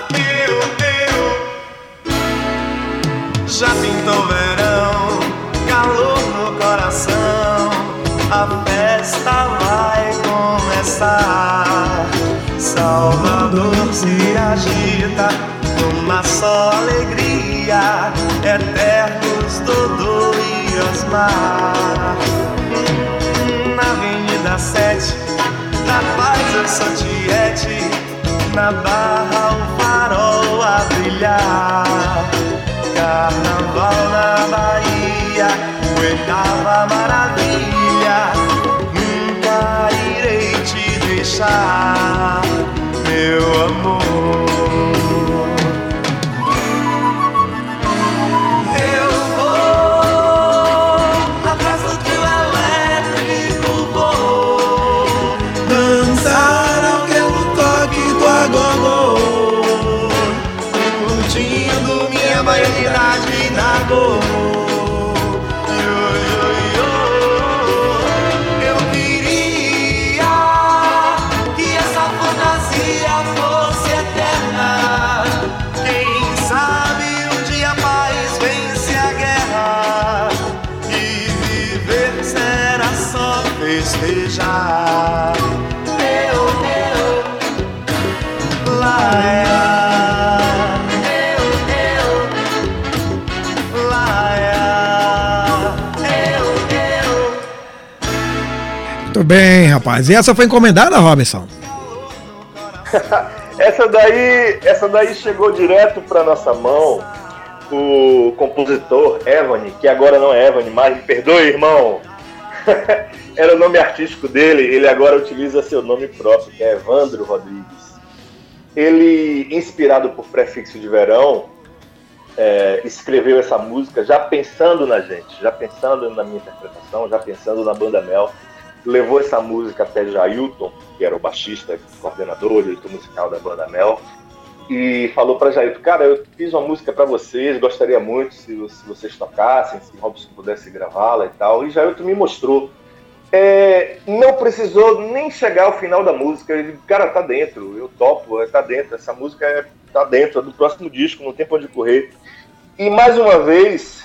Já pintou verão, calor no coração, a festa vai começar. Salvador se agita numa só alegria, eternos Dodô e Osmar. Na Avenida 7, na paz eu sou tiete, na Barra o farol a brilhar. Carnaval na Bahia, oitava maravilha, nunca irei te deixar, meu amor. Baianidade na Go. Eu queria que essa fantasia fosse eterna. Quem sabe um dia Muito bem, rapaz. E essa foi encomendada, Robinson? Essa daí chegou direto para nossa mão. O compositor Evany, que agora não é Evany, mas me perdoe, irmão. Era o nome artístico dele, ele agora utiliza seu nome próprio, que é Evandro Rodrigues. Ele, inspirado por Prefixo de Verão, escreveu essa música já pensando na gente, já pensando na minha interpretação, já pensando na Banda Mel. Levou essa música até Jailton, que era o baixista, coordenador, diretor musical da Banda Mel, e falou para Jailton: cara, eu fiz uma música para vocês, gostaria muito se vocês tocassem, se Robson pudesse gravá-la e tal. E Jailton me mostrou. Não precisou nem chegar ao final da música. Ele: cara, tá dentro, eu topo, tá dentro, essa música tá dentro, é do próximo disco, não tem pra onde correr. E mais uma vez,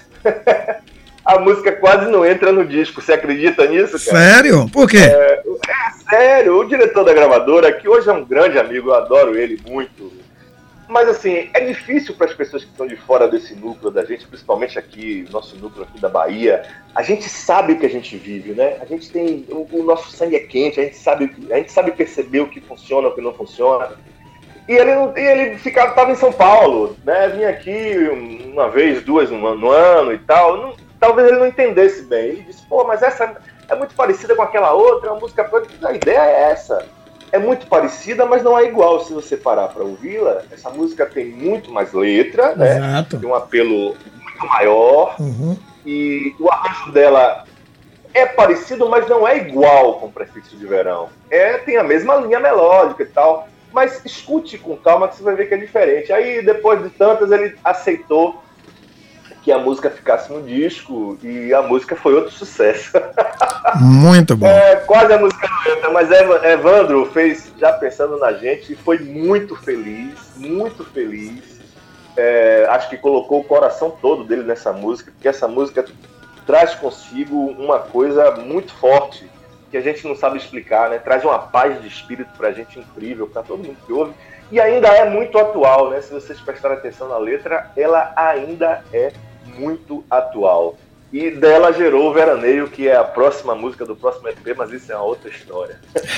a música quase não entra no disco. Você acredita nisso, cara? Sério? Por quê? Sério. O diretor da gravadora, que hoje é um grande amigo, eu adoro ele muito. Mas assim, é difícil para as pessoas que estão de fora desse núcleo da gente, principalmente aqui, nosso núcleo aqui da Bahia. A gente sabe o que a gente vive, né? A gente tem, o nosso sangue é quente, a gente sabe perceber o que funciona, o que não funciona. E ele estava em São Paulo, né? Vinha aqui uma vez, duas no ano e tal. Talvez ele não entendesse bem. Ele disse: pô, mas essa é muito parecida com aquela outra, é uma música própria. A ideia é essa. É muito parecida, mas não é igual. Se você parar para ouvi-la, essa música tem muito mais letra, né? Exato. Tem um apelo muito maior. Uhum. E o arranjo dela é parecido, mas não é igual com o Prefixo de Verão. Tem a mesma linha melódica e tal, mas escute com calma que você vai ver que é diferente. Aí, depois de tantas, ele aceitou que a música ficasse no disco, e a música foi outro sucesso. Muito bom. Quase a música não entra, mas Evandro fez já pensando na gente e foi muito feliz, muito feliz. Acho que colocou o coração todo dele nessa música, porque essa música traz consigo uma coisa muito forte, que a gente não sabe explicar, né? Traz uma paz de espírito pra gente incrível, pra todo mundo que ouve, e ainda é muito atual, né? Se vocês prestarem atenção na letra, ela ainda é muito atual. E dela gerou o Veraneio, que é a próxima música do próximo EP, mas isso é uma outra história.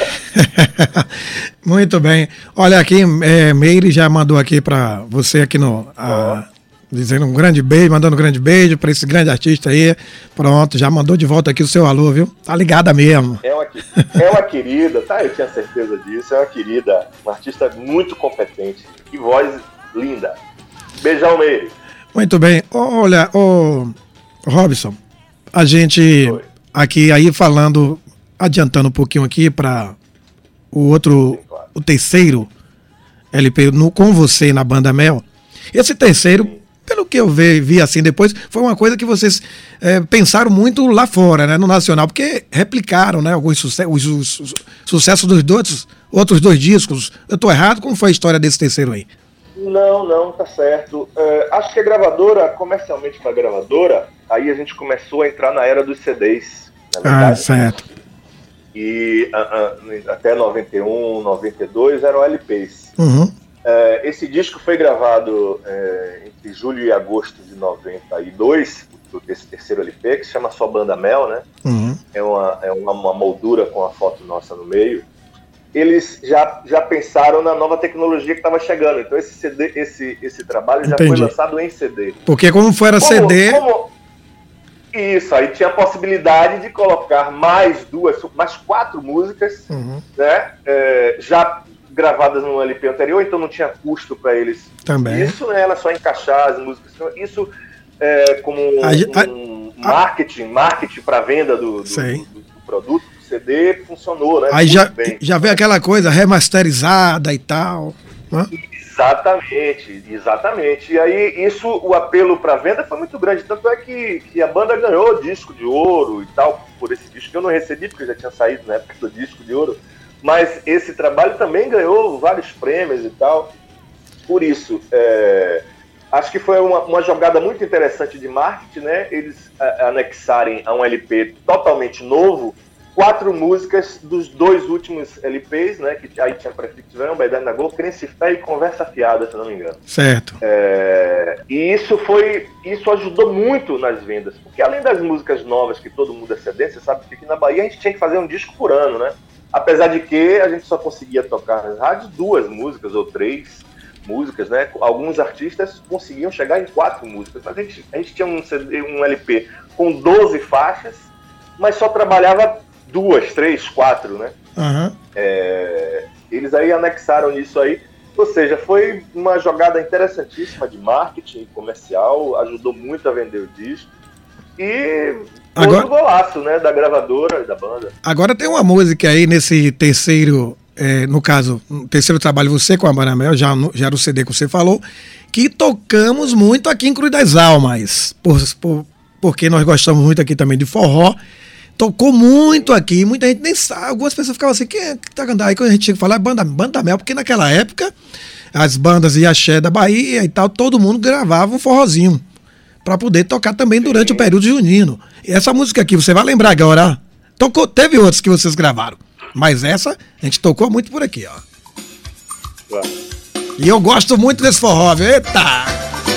Muito bem. Olha aqui, Meire já mandou aqui para você aqui dizendo um grande beijo, mandando um grande beijo para esse grande artista aí. Pronto, já mandou de volta aqui o seu alô, viu? Tá ligada mesmo. É uma querida, tá? Eu tinha certeza disso. É uma querida, uma artista muito competente. Que voz linda. Beijão, Meire. Muito bem. Olha, Robson, a gente aqui aí falando, adiantando um pouquinho aqui para o terceiro LP com você na Banda Mel. Esse terceiro, pelo que eu vi assim depois, foi uma coisa que vocês pensaram muito lá fora, né, no nacional, porque replicaram, né, alguns sucessos dos outros dois discos. Eu tô errado? Como foi a história desse terceiro aí? Não, tá certo. Acho que a gravadora, comercialmente uma gravadora, aí a gente começou a entrar na era dos CDs, na verdade. Certo. E até 91, 92 eram LPs. Uhum. Esse disco foi gravado entre julho e agosto de 92, desse terceiro LP, que se chama Só Banda Mel, né? Uhum. É uma moldura com a foto nossa no meio. Eles já pensaram na nova tecnologia que estava chegando. Então esse trabalho já foi lançado em CD. Porque como CD... Isso, aí tinha a possibilidade de colocar mais 4 músicas, né? Já gravadas no LP anterior, então não tinha custo para eles. Também. Isso, né? Era só encaixar as músicas. Isso como marketing para venda do produto. CD funcionou, né? Aí já vem aquela coisa remasterizada e tal, né? Exatamente. E aí o apelo para venda foi muito grande, tanto é que a banda ganhou disco de ouro e tal por esse disco, que eu não recebi porque eu já tinha saído na época do disco de ouro, mas esse trabalho também ganhou vários prêmios e tal. Por isso, acho que foi uma jogada muito interessante de marketing, né? Eles anexarem a um LP totalmente novo 4 músicas dos 2 últimos LPs, né? Que aí tinha Prefix Verão, Baidade na Globo, Crença e Fé e Conversa Fiada, se não me engano. Certo. E isso ajudou muito nas vendas, porque além das músicas novas que todo mundo é sedente, você sabe que aqui na Bahia a gente tinha que fazer um disco por ano, né? Apesar de que a gente só conseguia tocar nas rádios 2 músicas ou 3 músicas, né? Alguns artistas conseguiam chegar em 4 músicas, mas a gente tinha um LP com 12 faixas, mas só trabalhava 2, 3, 4, né? Uhum. Eles aí anexaram nisso aí, ou seja, foi uma jogada interessantíssima de marketing comercial, ajudou muito a vender o disco e todo o golaço, né, da gravadora e da banda. Agora tem uma música aí nesse terceiro, no caso, no terceiro trabalho você com a Banda Mel, já era o CD que você falou, que tocamos muito aqui em Cruz das Almas, porque nós gostamos muito aqui também de forró. Tocou muito aqui, muita gente nem sabe. Algumas pessoas ficavam assim, quem é que tá cantando? Aí quando a gente chega a falar, Banda Mel, porque naquela época, as bandas de axé da Bahia e tal, todo mundo gravava um forrozinho, pra poder tocar também durante o período junino. E essa música aqui, você vai lembrar agora, ó. Teve outras que vocês gravaram, mas essa, a gente tocou muito por aqui, ó. E eu gosto muito desse forró, viu? Eita!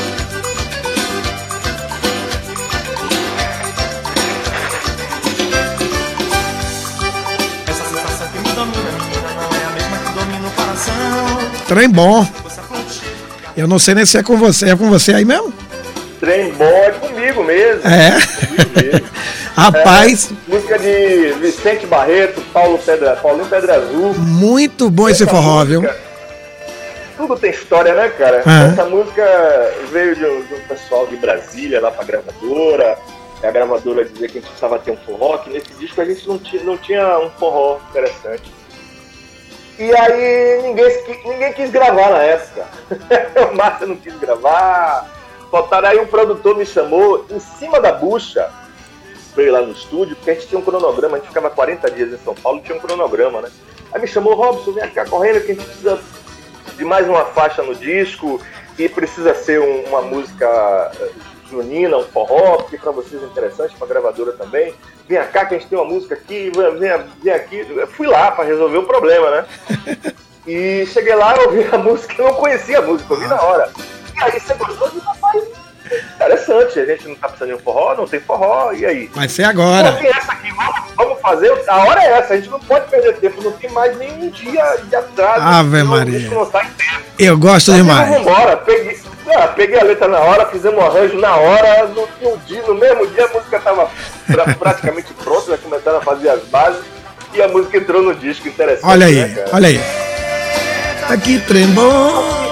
Trem bom. Eu não sei nem se é com você. É com você aí mesmo? Trem bom é comigo mesmo. Comigo mesmo. Rapaz. Música de Vicente Barreto, Paulinho Pedra Azul. Muito bom esse forró, viu? Tudo tem história, né, cara? Essa música veio de um pessoal de Brasília, lá pra gravadora. A gravadora dizia que a gente precisava ter um forró, que nesse disco a gente não tinha um forró interessante. E aí ninguém quis gravar na época. O Márcio não quis gravar. Faltaram aí, um produtor me chamou em cima da bucha, veio lá no estúdio, porque a gente tinha um cronograma, a gente ficava 40 dias em São Paulo, tinha um cronograma, né? Aí me chamou, Robson, vem cá correndo que a gente precisa de mais uma faixa no disco e precisa ser uma música junina, um forró, porque para vocês é interessante, para a gravadora também. Vem cá que a gente tem uma música aqui, vem aqui. Eu fui lá para resolver o problema, né? E cheguei lá, eu ouvi a música, eu não conhecia a música, eu ouvi na hora. E aí você gostou de rapaz? Interessante, a gente não tá precisando de um forró, não tem forró, e aí? Vai ser agora. Pô, tem essa aqui, vamos fazer, a hora é essa, a gente não pode perder tempo, não tem mais nenhum dia de atraso. Ave Maria. Não tá em tempo. Eu gosto demais. Vamos embora, peguei a letra na hora, fizemos um arranjo na hora, no mesmo dia a música tava praticamente pronta, já começaram a fazer as bases, e a música entrou no disco, interessante. Olha aí, né, olha aí. Aqui, trem bom.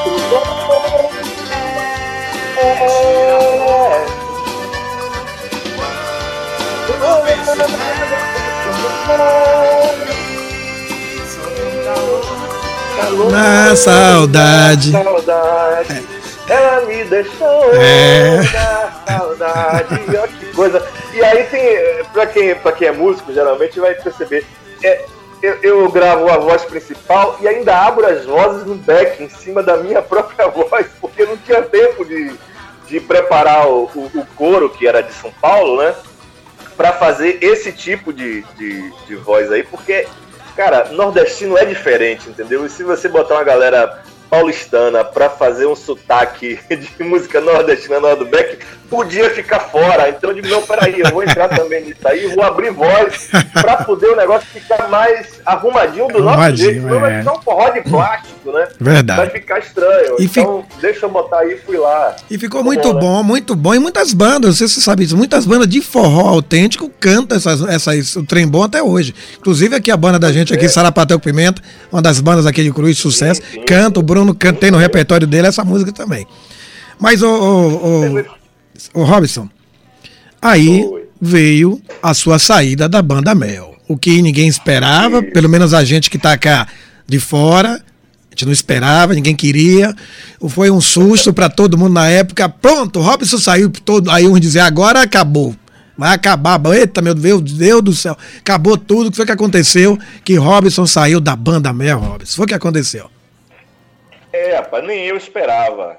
Na saudade. Ela me deixou na saudade. Olha que coisa. E aí tem, pra quem é músico, geralmente vai perceber. Eu gravo a voz principal e ainda abro as vozes no back, em cima da minha própria voz, porque não tinha tempo de preparar o coro, que era de São Paulo, né? Pra fazer esse tipo de voz aí, porque, cara, nordestino é diferente, entendeu? E se você botar uma galera paulistana pra fazer um sotaque de música nordestina na hora do back, podia ficar fora. Então eu digo, não, peraí, eu vou entrar também nisso aí, vou abrir voz pra poder o negócio ficar mais arrumadinho do nosso jeito. Senão vai ficar um forró de plástico, né? Verdade. Vai ficar estranho. Então deixa eu botar aí, fui lá. E ficou muito bom, né? Muito bom. E muitas bandas, você sabe isso, muitas bandas de forró autêntico cantam o trem bom até hoje. Inclusive aqui a banda da gente aqui, Sarapatel Pimenta, uma das bandas aqui de Cruz de sucesso, canta, o Bruno tem no repertório dele essa música também. Mas o Robson, aí veio a sua saída da Banda Mel. O que ninguém esperava, pelo menos a gente que tá cá de fora, a gente não esperava, ninguém queria. Foi um susto para todo mundo na época. Pronto, o Robson saiu todo, aí uns dizer agora acabou. Vai acabar, eita meu Deus do céu, acabou tudo. O que foi que aconteceu? Que Robson saiu da Banda Mel, Robson. Foi o que aconteceu? Rapaz, nem eu esperava.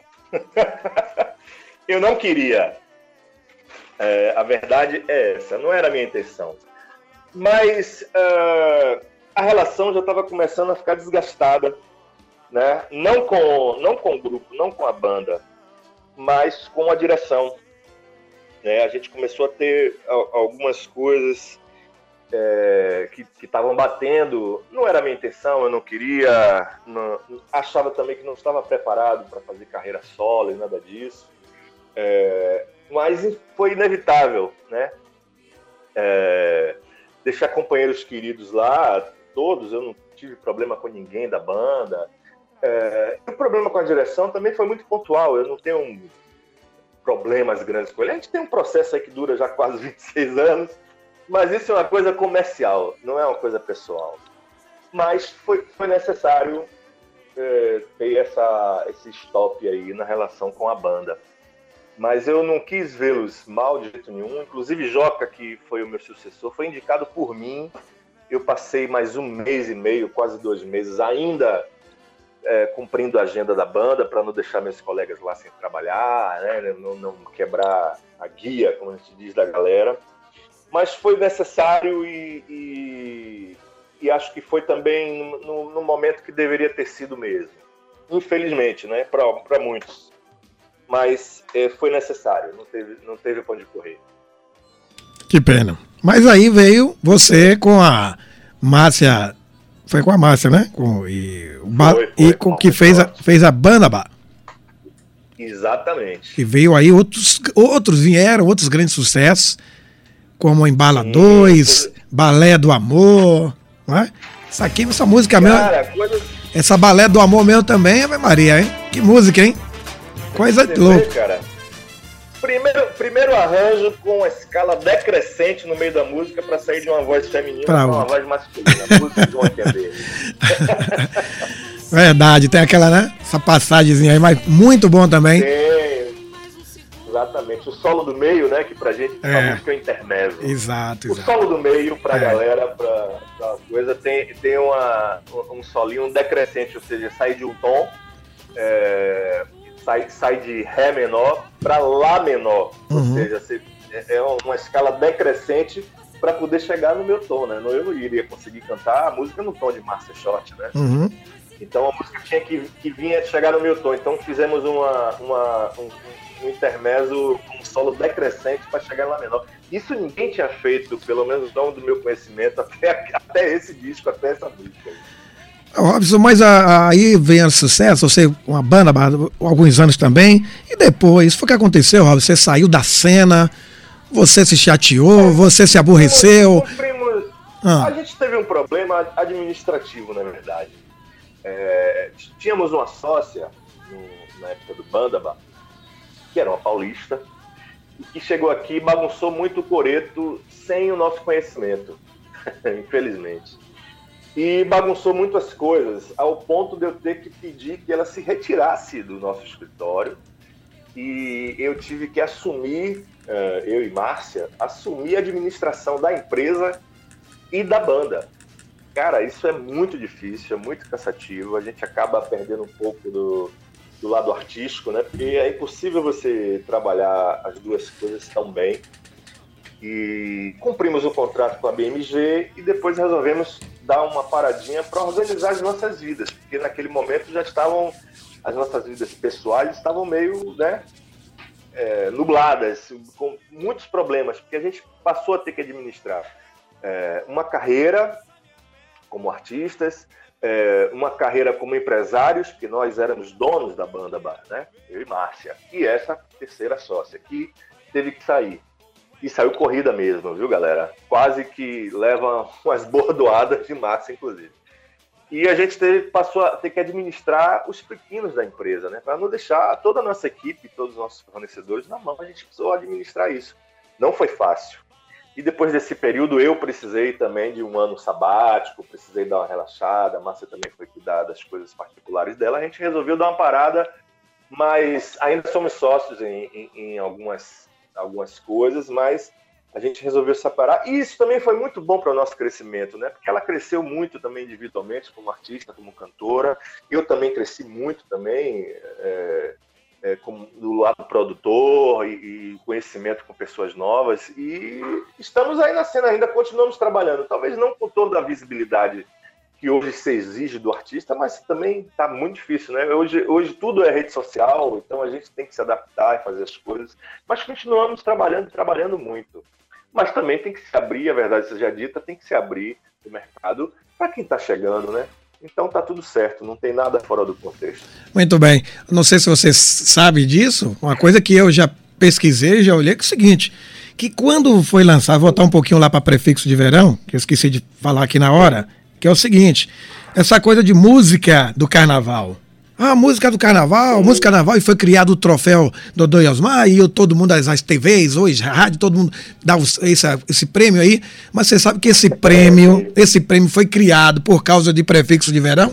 Eu não queria. A verdade é essa, não era a minha intenção. Mas a relação já estava começando a ficar desgastada, né? Não com o grupo, não com a banda, mas com a direção. Né? A gente começou a ter algumas coisas que estavam batendo. Não era a minha intenção, eu não queria, achava também que não estava preparado para fazer carreira solo e nada disso. Mas foi inevitável, né? Deixar companheiros queridos lá, todos, eu não tive problema com ninguém da banda. O problema com a direção também foi muito pontual, eu não tenho problemas grandes com ele. A gente tem um processo aí que dura já quase 26 anos, mas isso é uma coisa comercial, não é uma coisa pessoal. Mas foi necessário ter esse stop aí na relação com a banda. Mas eu não quis vê-los mal de jeito nenhum. Inclusive, Joca, que foi o meu sucessor, foi indicado por mim. Eu passei mais 1 mês e meio, quase 2 meses, ainda cumprindo a agenda da banda, para não deixar meus colegas lá sem trabalhar, né? Não quebrar a guia, como a gente diz, da galera. Mas foi necessário e acho que foi também no momento que deveria ter sido mesmo. Infelizmente, né? Para muitos. Mas foi necessário, não teve pra onde correr. Que pena. Mas aí veio você com a Márcia. Foi com a Márcia, né? Que fez a Bandaba. Exatamente. E veio aí vieram outros grandes sucessos, como Embala 2, Balé do Amor. Não é? Essa música mesmo. Essa Balé do Amor mesmo também, Ave Maria, hein? Que música, hein? Coisa louca. Cara. Primeiro arranjo com a escala decrescente no meio da música para sair de uma voz feminina para uma voz masculina. Músicos vão entender. Verdade, tem aquela, né? Essa passagemzinha aí, mas muito bom também. Tem, exatamente. O solo do meio, né? Que pra gente a música é o intermezzo. Exato. O solo do meio pra galera, pra coisa, tem um solinho decrescente, ou seja, sai de um tom. Sai de Ré menor para Lá menor, ou seja, é uma escala decrescente para poder chegar no meu tom, né? Eu não iria conseguir cantar a música no tom de Márcia Short, né? Então a música tinha que vir chegar no meu tom. Então fizemos um intermezzo, um solo decrescente para chegar em Lá menor. Isso ninguém tinha feito, pelo menos não do meu conhecimento, até esse disco, até essa música. Robson, mas aí vem o sucesso, você uma banda há alguns anos também, e depois, foi o que aconteceu, Robson? Você saiu da cena, você se chateou, você se aborreceu? A gente teve um problema administrativo, na verdade. Tínhamos uma sócia, na época do Bandaba, que era uma paulista, e que chegou aqui e bagunçou muito o coreto sem o nosso conhecimento, infelizmente. E bagunçou muito as coisas, ao ponto de eu ter que pedir que ela se retirasse do nosso escritório. E eu tive que assumir, eu e Márcia, assumir a administração da empresa e da banda. Cara, isso é muito difícil, é muito cansativo. A gente acaba perdendo um pouco do lado artístico, né? Porque é impossível você trabalhar as duas coisas tão bem. E cumprimos o contrato com a BMG e depois resolvemos dar uma paradinha para organizar as nossas vidas, porque naquele momento já estavam, as nossas vidas pessoais estavam meio, né, nubladas, com muitos problemas, porque a gente passou a ter que administrar uma carreira como artistas, uma carreira como empresários, porque nós éramos donos da banda, né, eu e Márcia, e essa terceira sócia que teve que sair. E saiu corrida mesmo, viu, galera? Quase que leva umas bordoadas de Márcia, inclusive. E a gente passou a ter que administrar os pepinos da empresa, né? Para não deixar toda a nossa equipe, todos os nossos fornecedores na mão, a gente precisou administrar isso. Não foi fácil. E depois desse período, eu precisei também de um ano sabático, precisei dar uma relaxada, a Márcia também foi cuidar das coisas particulares dela. A gente resolveu dar uma parada, mas ainda somos sócios em algumas coisas, mas a gente resolveu separar. E isso também foi muito bom para o nosso crescimento, né? Porque ela cresceu muito também individualmente, como artista, como cantora. Eu também cresci muito também do lado produtor e conhecimento com pessoas novas, e estamos aí na cena, ainda continuamos trabalhando, talvez não com toda a visibilidade que hoje se exige do artista, mas também está muito difícil, né? Hoje tudo é rede social, então a gente tem que se adaptar e fazer as coisas, mas continuamos trabalhando muito. Mas também tem que se abrir, a verdade seja dita, tem que se abrir o mercado para quem está chegando, né? Então tá tudo certo, não tem nada fora do contexto. Muito bem. Não sei se você sabe disso, uma coisa que eu já pesquisei, já olhei, que é o seguinte, que quando foi lançar, vou voltar um pouquinho lá para Prefixo de Verão, que eu esqueci de falar aqui na hora, que é o seguinte, essa coisa de música do carnaval. Música do carnaval, e foi criado o troféu Dodô e Osmar, e todo mundo, as TVs, hoje, a rádio, todo mundo dá esse prêmio aí, mas você sabe que esse prêmio foi criado por causa de Prefixo de Verão?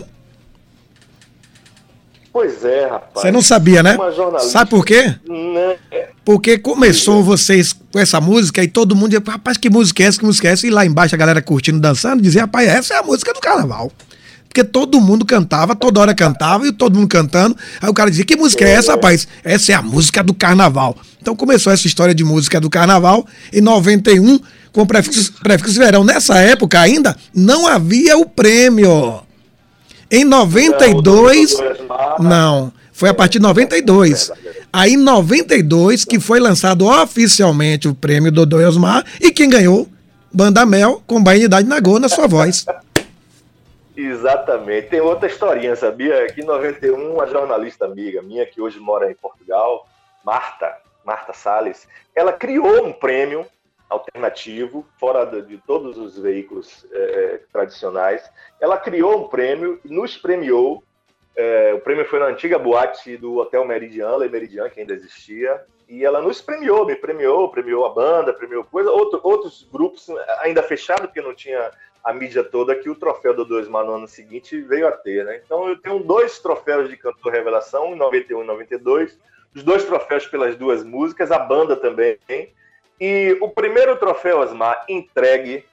Pois é, rapaz. Você não sabia, né? Sabe por quê? Não. Porque começou vocês com essa música e todo mundo dizia, rapaz, que música é essa? E lá embaixo a galera curtindo, dançando, dizia, rapaz, essa é a música do carnaval. Porque todo mundo cantava, toda hora cantava, e todo mundo cantando. Aí o cara dizia, que música é essa, rapaz? Essa é a música do carnaval. Então começou essa história de música do carnaval em 91, com Prefixo de Verão. Nessa época ainda não havia o prêmio. Em 92, não, foi a partir de 92. Aí em 92 que foi lançado oficialmente o prêmio Dodô e Osmar, e quem ganhou? Banda Mel, com Baianidade Nagô na sua voz. Exatamente. Tem outra historinha, sabia? Que em 91, uma jornalista amiga minha, que hoje mora em Portugal, Marta Salles, ela criou um prêmio alternativo, fora de todos os veículos tradicionais. Ela criou um prêmio e nos premiou. O prêmio foi na antiga boate do Hotel Meridian, Le Meridian, que ainda existia. E ela nos premiou, premiou a banda, premiou coisa. Outros grupos ainda fechados, porque não tinha a mídia toda, que o troféu do 2 no ano seguinte veio a ter, né? Então eu tenho 2 troféus de cantor revelação, em 91 e 92, os 2 troféus pelas 2 músicas, a banda também. E o primeiro troféu Osmar entregue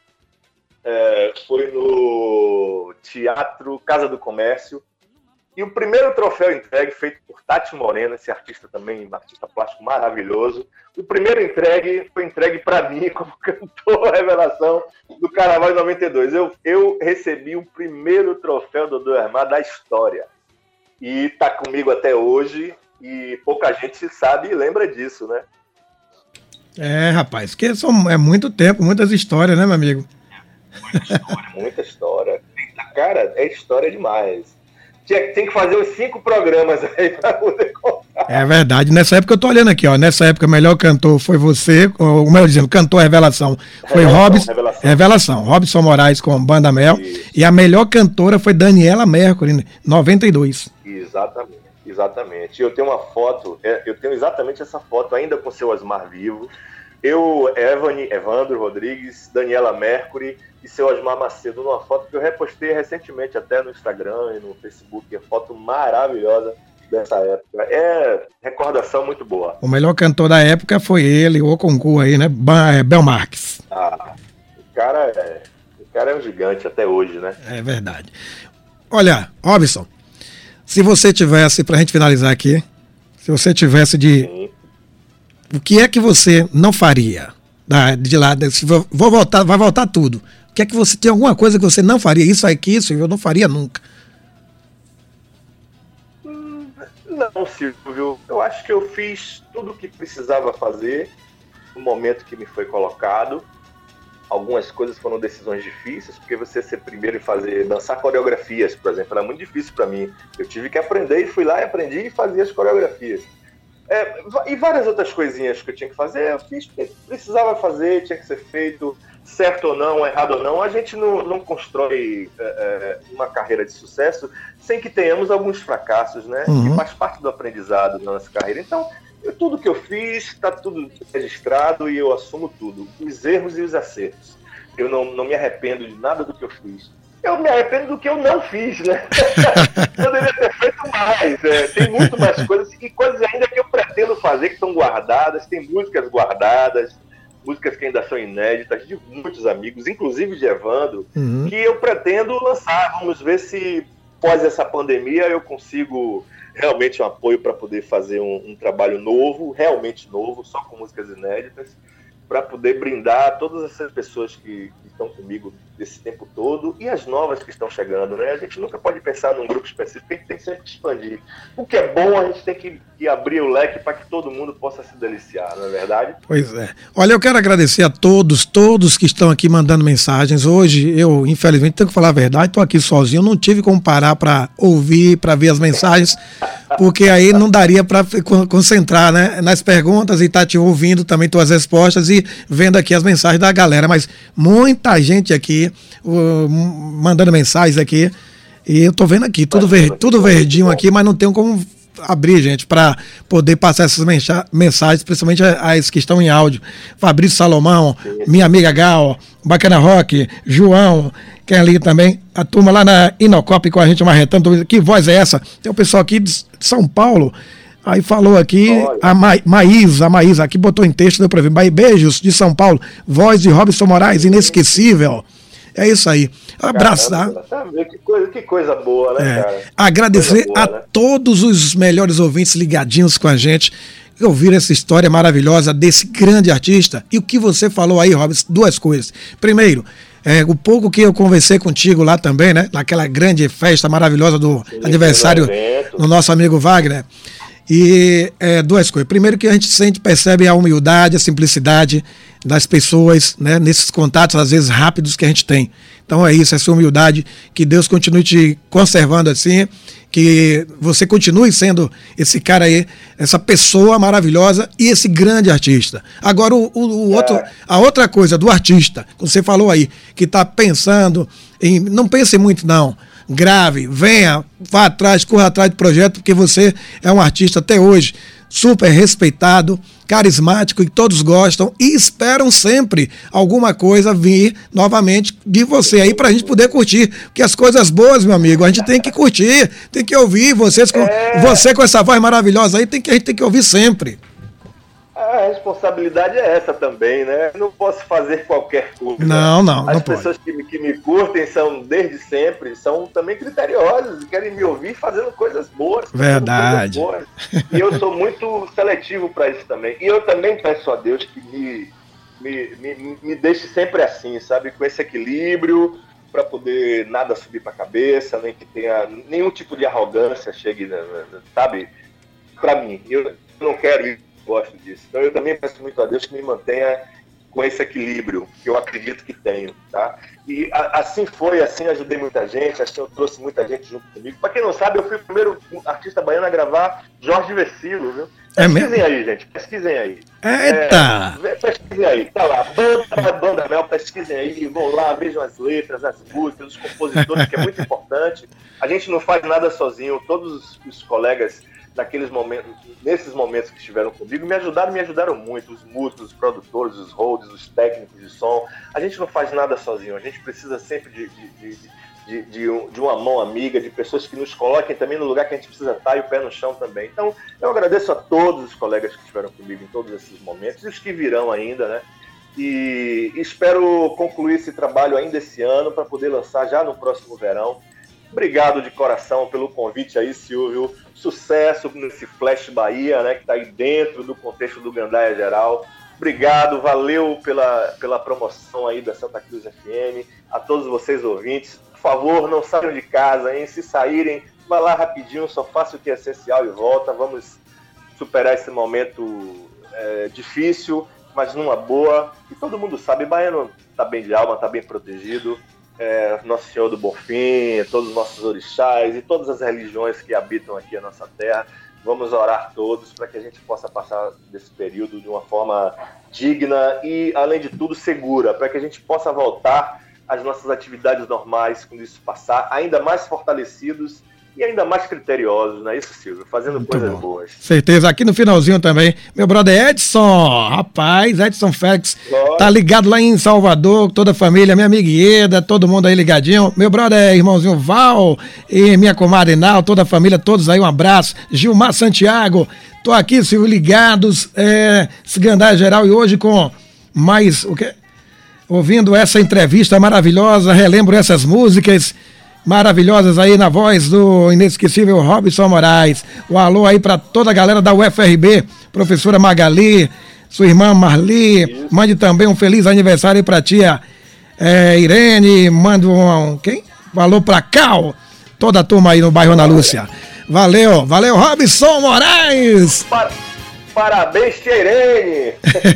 foi no Teatro Casa do Comércio, e o primeiro troféu entregue, feito por Tati Morena, esse artista também, um artista plástico maravilhoso, o primeiro foi entregue para mim como cantor revelação do Carnaval de 92. Eu recebi o primeiro troféu do Dodô e Osmar da história. E está comigo até hoje, e pouca gente sabe e lembra disso, né? Rapaz, que é muito tempo, muitas histórias, né, meu amigo? Muita história. Cara, é história demais. Tem que fazer uns 5 programas aí para poder contar. É verdade. Nessa época eu tô olhando aqui, ó. Nessa época o melhor cantor foi você, ou melhor dizendo, cantor revelação foi Revelação. Robson Moraes com Banda Mel. Isso. E a melhor cantora foi Daniela Mercury, 92. Exatamente. Eu tenho uma foto, eu tenho exatamente essa foto, ainda com o seu Osmar vivo. Eu, Evandro Rodrigues, Daniela Mercury e seu Osmar Macedo, numa foto que eu repostei recentemente até no Instagram e no Facebook. É foto maravilhosa dessa época. É recordação muito boa. O melhor cantor da época foi ele, o concurso aí, né? Bel Marques. O cara é um gigante até hoje, né? É verdade. Olha, Robson, se você tivesse, pra gente finalizar aqui, se você tivesse de... Sim. O que é que você não faria? De lá, vai voltar tudo. O que é que você tem alguma coisa que você não faria? Isso eu não faria nunca. Não, Silvio. Eu acho que eu fiz tudo o que precisava fazer no momento que me foi colocado. Algumas coisas foram decisões difíceis, porque você ser primeiro em dançar coreografias, por exemplo, era muito difícil para mim. Eu tive que aprender e fui lá e aprendi e fazia as coreografias. E várias outras coisinhas que eu tinha que fazer, eu fiz porque precisava fazer, tinha que ser feito, certo ou não, errado ou não. A gente não constrói uma carreira de sucesso sem que tenhamos alguns fracassos, né? Uhum. Que faz parte do aprendizado da nossa carreira. Então, tudo que eu fiz, está tudo registrado e eu assumo tudo, os erros e os acertos. Eu não me arrependo de nada do que eu fiz. Eu me arrependo do que eu não fiz, né? Poderia ter feito mais. Tem muito mais coisas, e coisas ainda que eu pretendo fazer, que estão guardadas. Tem músicas guardadas, músicas que ainda são inéditas, de muitos amigos, inclusive de Evandro, que eu pretendo lançar. Vamos ver se, pós essa pandemia, eu consigo realmente um apoio para poder fazer um trabalho novo, realmente novo, só com músicas inéditas, para poder brindar todas essas pessoas que estão comigo desse tempo todo e as novas que estão chegando, né? A gente nunca pode pensar num grupo específico, a gente tem que sempre expandir. O que é bom, a gente tem que abrir o leque para que todo mundo possa se deliciar, não é verdade? Pois é. Olha, eu quero agradecer a todos que estão aqui mandando mensagens. Hoje, eu, infelizmente, tenho que falar a verdade, estou aqui sozinho, não tive como parar para ouvir, para ver as mensagens, porque aí não daria para concentrar, né, nas perguntas e estar te ouvindo também tuas respostas e vendo aqui as mensagens da galera. Mas muita gente aqui mandando mensagens aqui e eu tô vendo aqui, tudo verdinho aqui, mas não tenho como abrir, gente, para poder passar essas mensagens, principalmente as que estão em áudio. Fabrício Salomão, minha amiga Gal, Bacana Rock, João, quem ali também, a turma lá na Inocop com a gente marretando, que voz é essa? Tem o pessoal aqui de São Paulo, aí falou aqui, a Maísa aqui botou em texto, deu para ver, beijos de São Paulo, voz de Robson Moraes, inesquecível. É isso aí. Abraçar. Que coisa boa, né, cara? Agradecer boa, a todos os melhores ouvintes ligadinhos com a gente, que ouviram essa história maravilhosa desse grande artista. E o que você falou aí, Robson, duas coisas. Primeiro, o pouco que eu conversei contigo lá também, né? Naquela grande festa maravilhosa do aniversário do nosso amigo Wagner. E duas coisas. Primeiro, que a gente percebe a humildade, a simplicidade das pessoas, né, nesses contatos, às vezes, rápidos que a gente tem. Então é isso, essa humildade, que Deus continue te conservando assim, que você continue sendo esse cara aí, essa pessoa maravilhosa e esse grande artista. Agora, a outra coisa do artista, que você falou aí, que está pensando em... Não pense muito, não. Grave, venha, vá atrás, corra atrás do projeto, porque você é um artista até hoje super respeitado, carismático, e todos gostam e esperam sempre alguma coisa vir novamente de você aí pra gente poder curtir, porque as coisas boas, meu amigo, a gente tem que curtir, tem que ouvir, você com essa voz maravilhosa aí, a gente tem que ouvir sempre. A responsabilidade é essa também, né? Não posso fazer qualquer coisa. Não As pessoas que me curtem são, desde sempre, são também criteriosas e querem me ouvir fazendo coisas boas. Verdade. Coisas boas. E eu sou muito seletivo para isso também. E eu também peço a Deus que me deixe sempre assim, sabe? Com esse equilíbrio, para poder nada subir para a cabeça, nem que tenha nenhum tipo de arrogância chegue, sabe? Para mim, eu não quero isso. Gosto disso. Então eu também peço muito a Deus que me mantenha com esse equilíbrio que eu acredito que tenho, tá? E assim foi, assim ajudei muita gente, assim eu trouxe muita gente junto comigo. Para quem não sabe, eu fui o primeiro artista baiano a gravar Jorge Vecilo, viu? Pesquisem aí, gente, pesquisem aí. Eita! Pesquisem aí, tá lá, Banda Mel, pesquisem aí, vão lá, vejam as letras, as músicas, os compositores, que é muito importante. A gente não faz nada sozinho, todos os colegas nesses momentos que estiveram comigo, me ajudaram muito, os músicos, os produtores, os holds, os técnicos de som. A gente não faz nada sozinho, a gente precisa sempre de uma mão amiga, de pessoas que nos coloquem também no lugar que a gente precisa estar e o pé no chão também. Então, eu agradeço a todos os colegas que estiveram comigo em todos esses momentos e os que virão ainda, né? E espero concluir esse trabalho ainda esse ano para poder lançar já no próximo verão. Obrigado de coração pelo convite aí, Silvio. Sucesso nesse Flash Bahia, né, que está aí dentro do contexto do Gandaia Geral. Obrigado, valeu pela promoção aí da Santa Cruz FM. A todos vocês ouvintes, por favor, não saiam de casa, hein? Se saírem, vá lá rapidinho, só faça o que é essencial e volta. Vamos superar esse momento difícil, mas numa boa. E todo mundo sabe, baiano está bem de alma, está bem protegido. Nosso Senhor do Bonfim, todos os nossos orixás e todas as religiões que habitam aqui a nossa terra. Vamos orar todos para que a gente possa passar desse período de uma forma digna e, além de tudo, segura, para que a gente possa voltar às nossas atividades normais quando isso passar, ainda mais fortalecidos e ainda mais criteriosos, não é isso, Silvio? Fazendo muito coisas boas. Certeza. Aqui no finalzinho também, meu brother Edson, rapaz, Edson Félix, tá ligado lá em Salvador, toda a família, minha amiga Ieda, todo mundo aí ligadinho, meu brother, irmãozinho Val e minha comadre Nau, toda a família, todos aí, um abraço, Gilmar Santiago, tô aqui, Silvio, ligados, esse Gandaia Geral, e hoje com mais, ouvindo essa entrevista maravilhosa, relembro essas músicas maravilhosas aí na voz do inesquecível Robson Moraes. O alô aí para toda a galera da UFRB, professora Magali, sua irmã Marli. Isso. Mande também um feliz aniversário aí pra tia Irene. Manda quem? Alô pra Cal, toda a turma aí no bairro Ana Lúcia. Valeu Robson Moraes. Parabéns, tia Irene.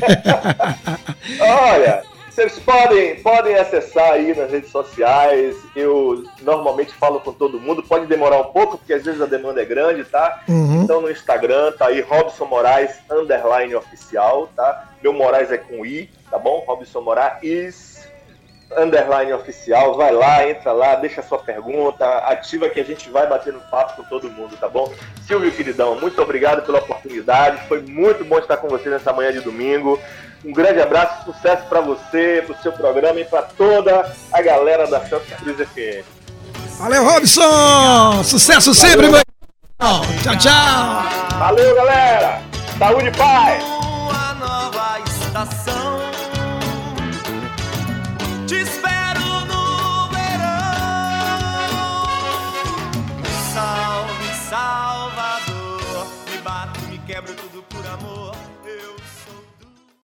Olha, vocês podem acessar aí nas redes sociais. Eu normalmente falo com todo mundo. Pode demorar um pouco, porque às vezes a demanda é grande, tá? Uhum. Então no Instagram tá aí Robson Moraes _oficial, tá? Meu Moraes é com I, tá bom? Robson Moraes _oficial. Vai lá, entra lá, deixa a sua pergunta, ativa que a gente vai bater no papo com todo mundo, tá bom? Silvio, queridão, muito obrigado pela oportunidade. Foi muito bom estar com você nessa manhã de domingo. Um grande abraço, sucesso para você, para o seu programa e para toda a galera da Santa Cruz FM. Valeu, Robson! Sucesso sempre, meu irmão! Tchau, tchau! Valeu, galera! Saúde e paz! Uma nova estação te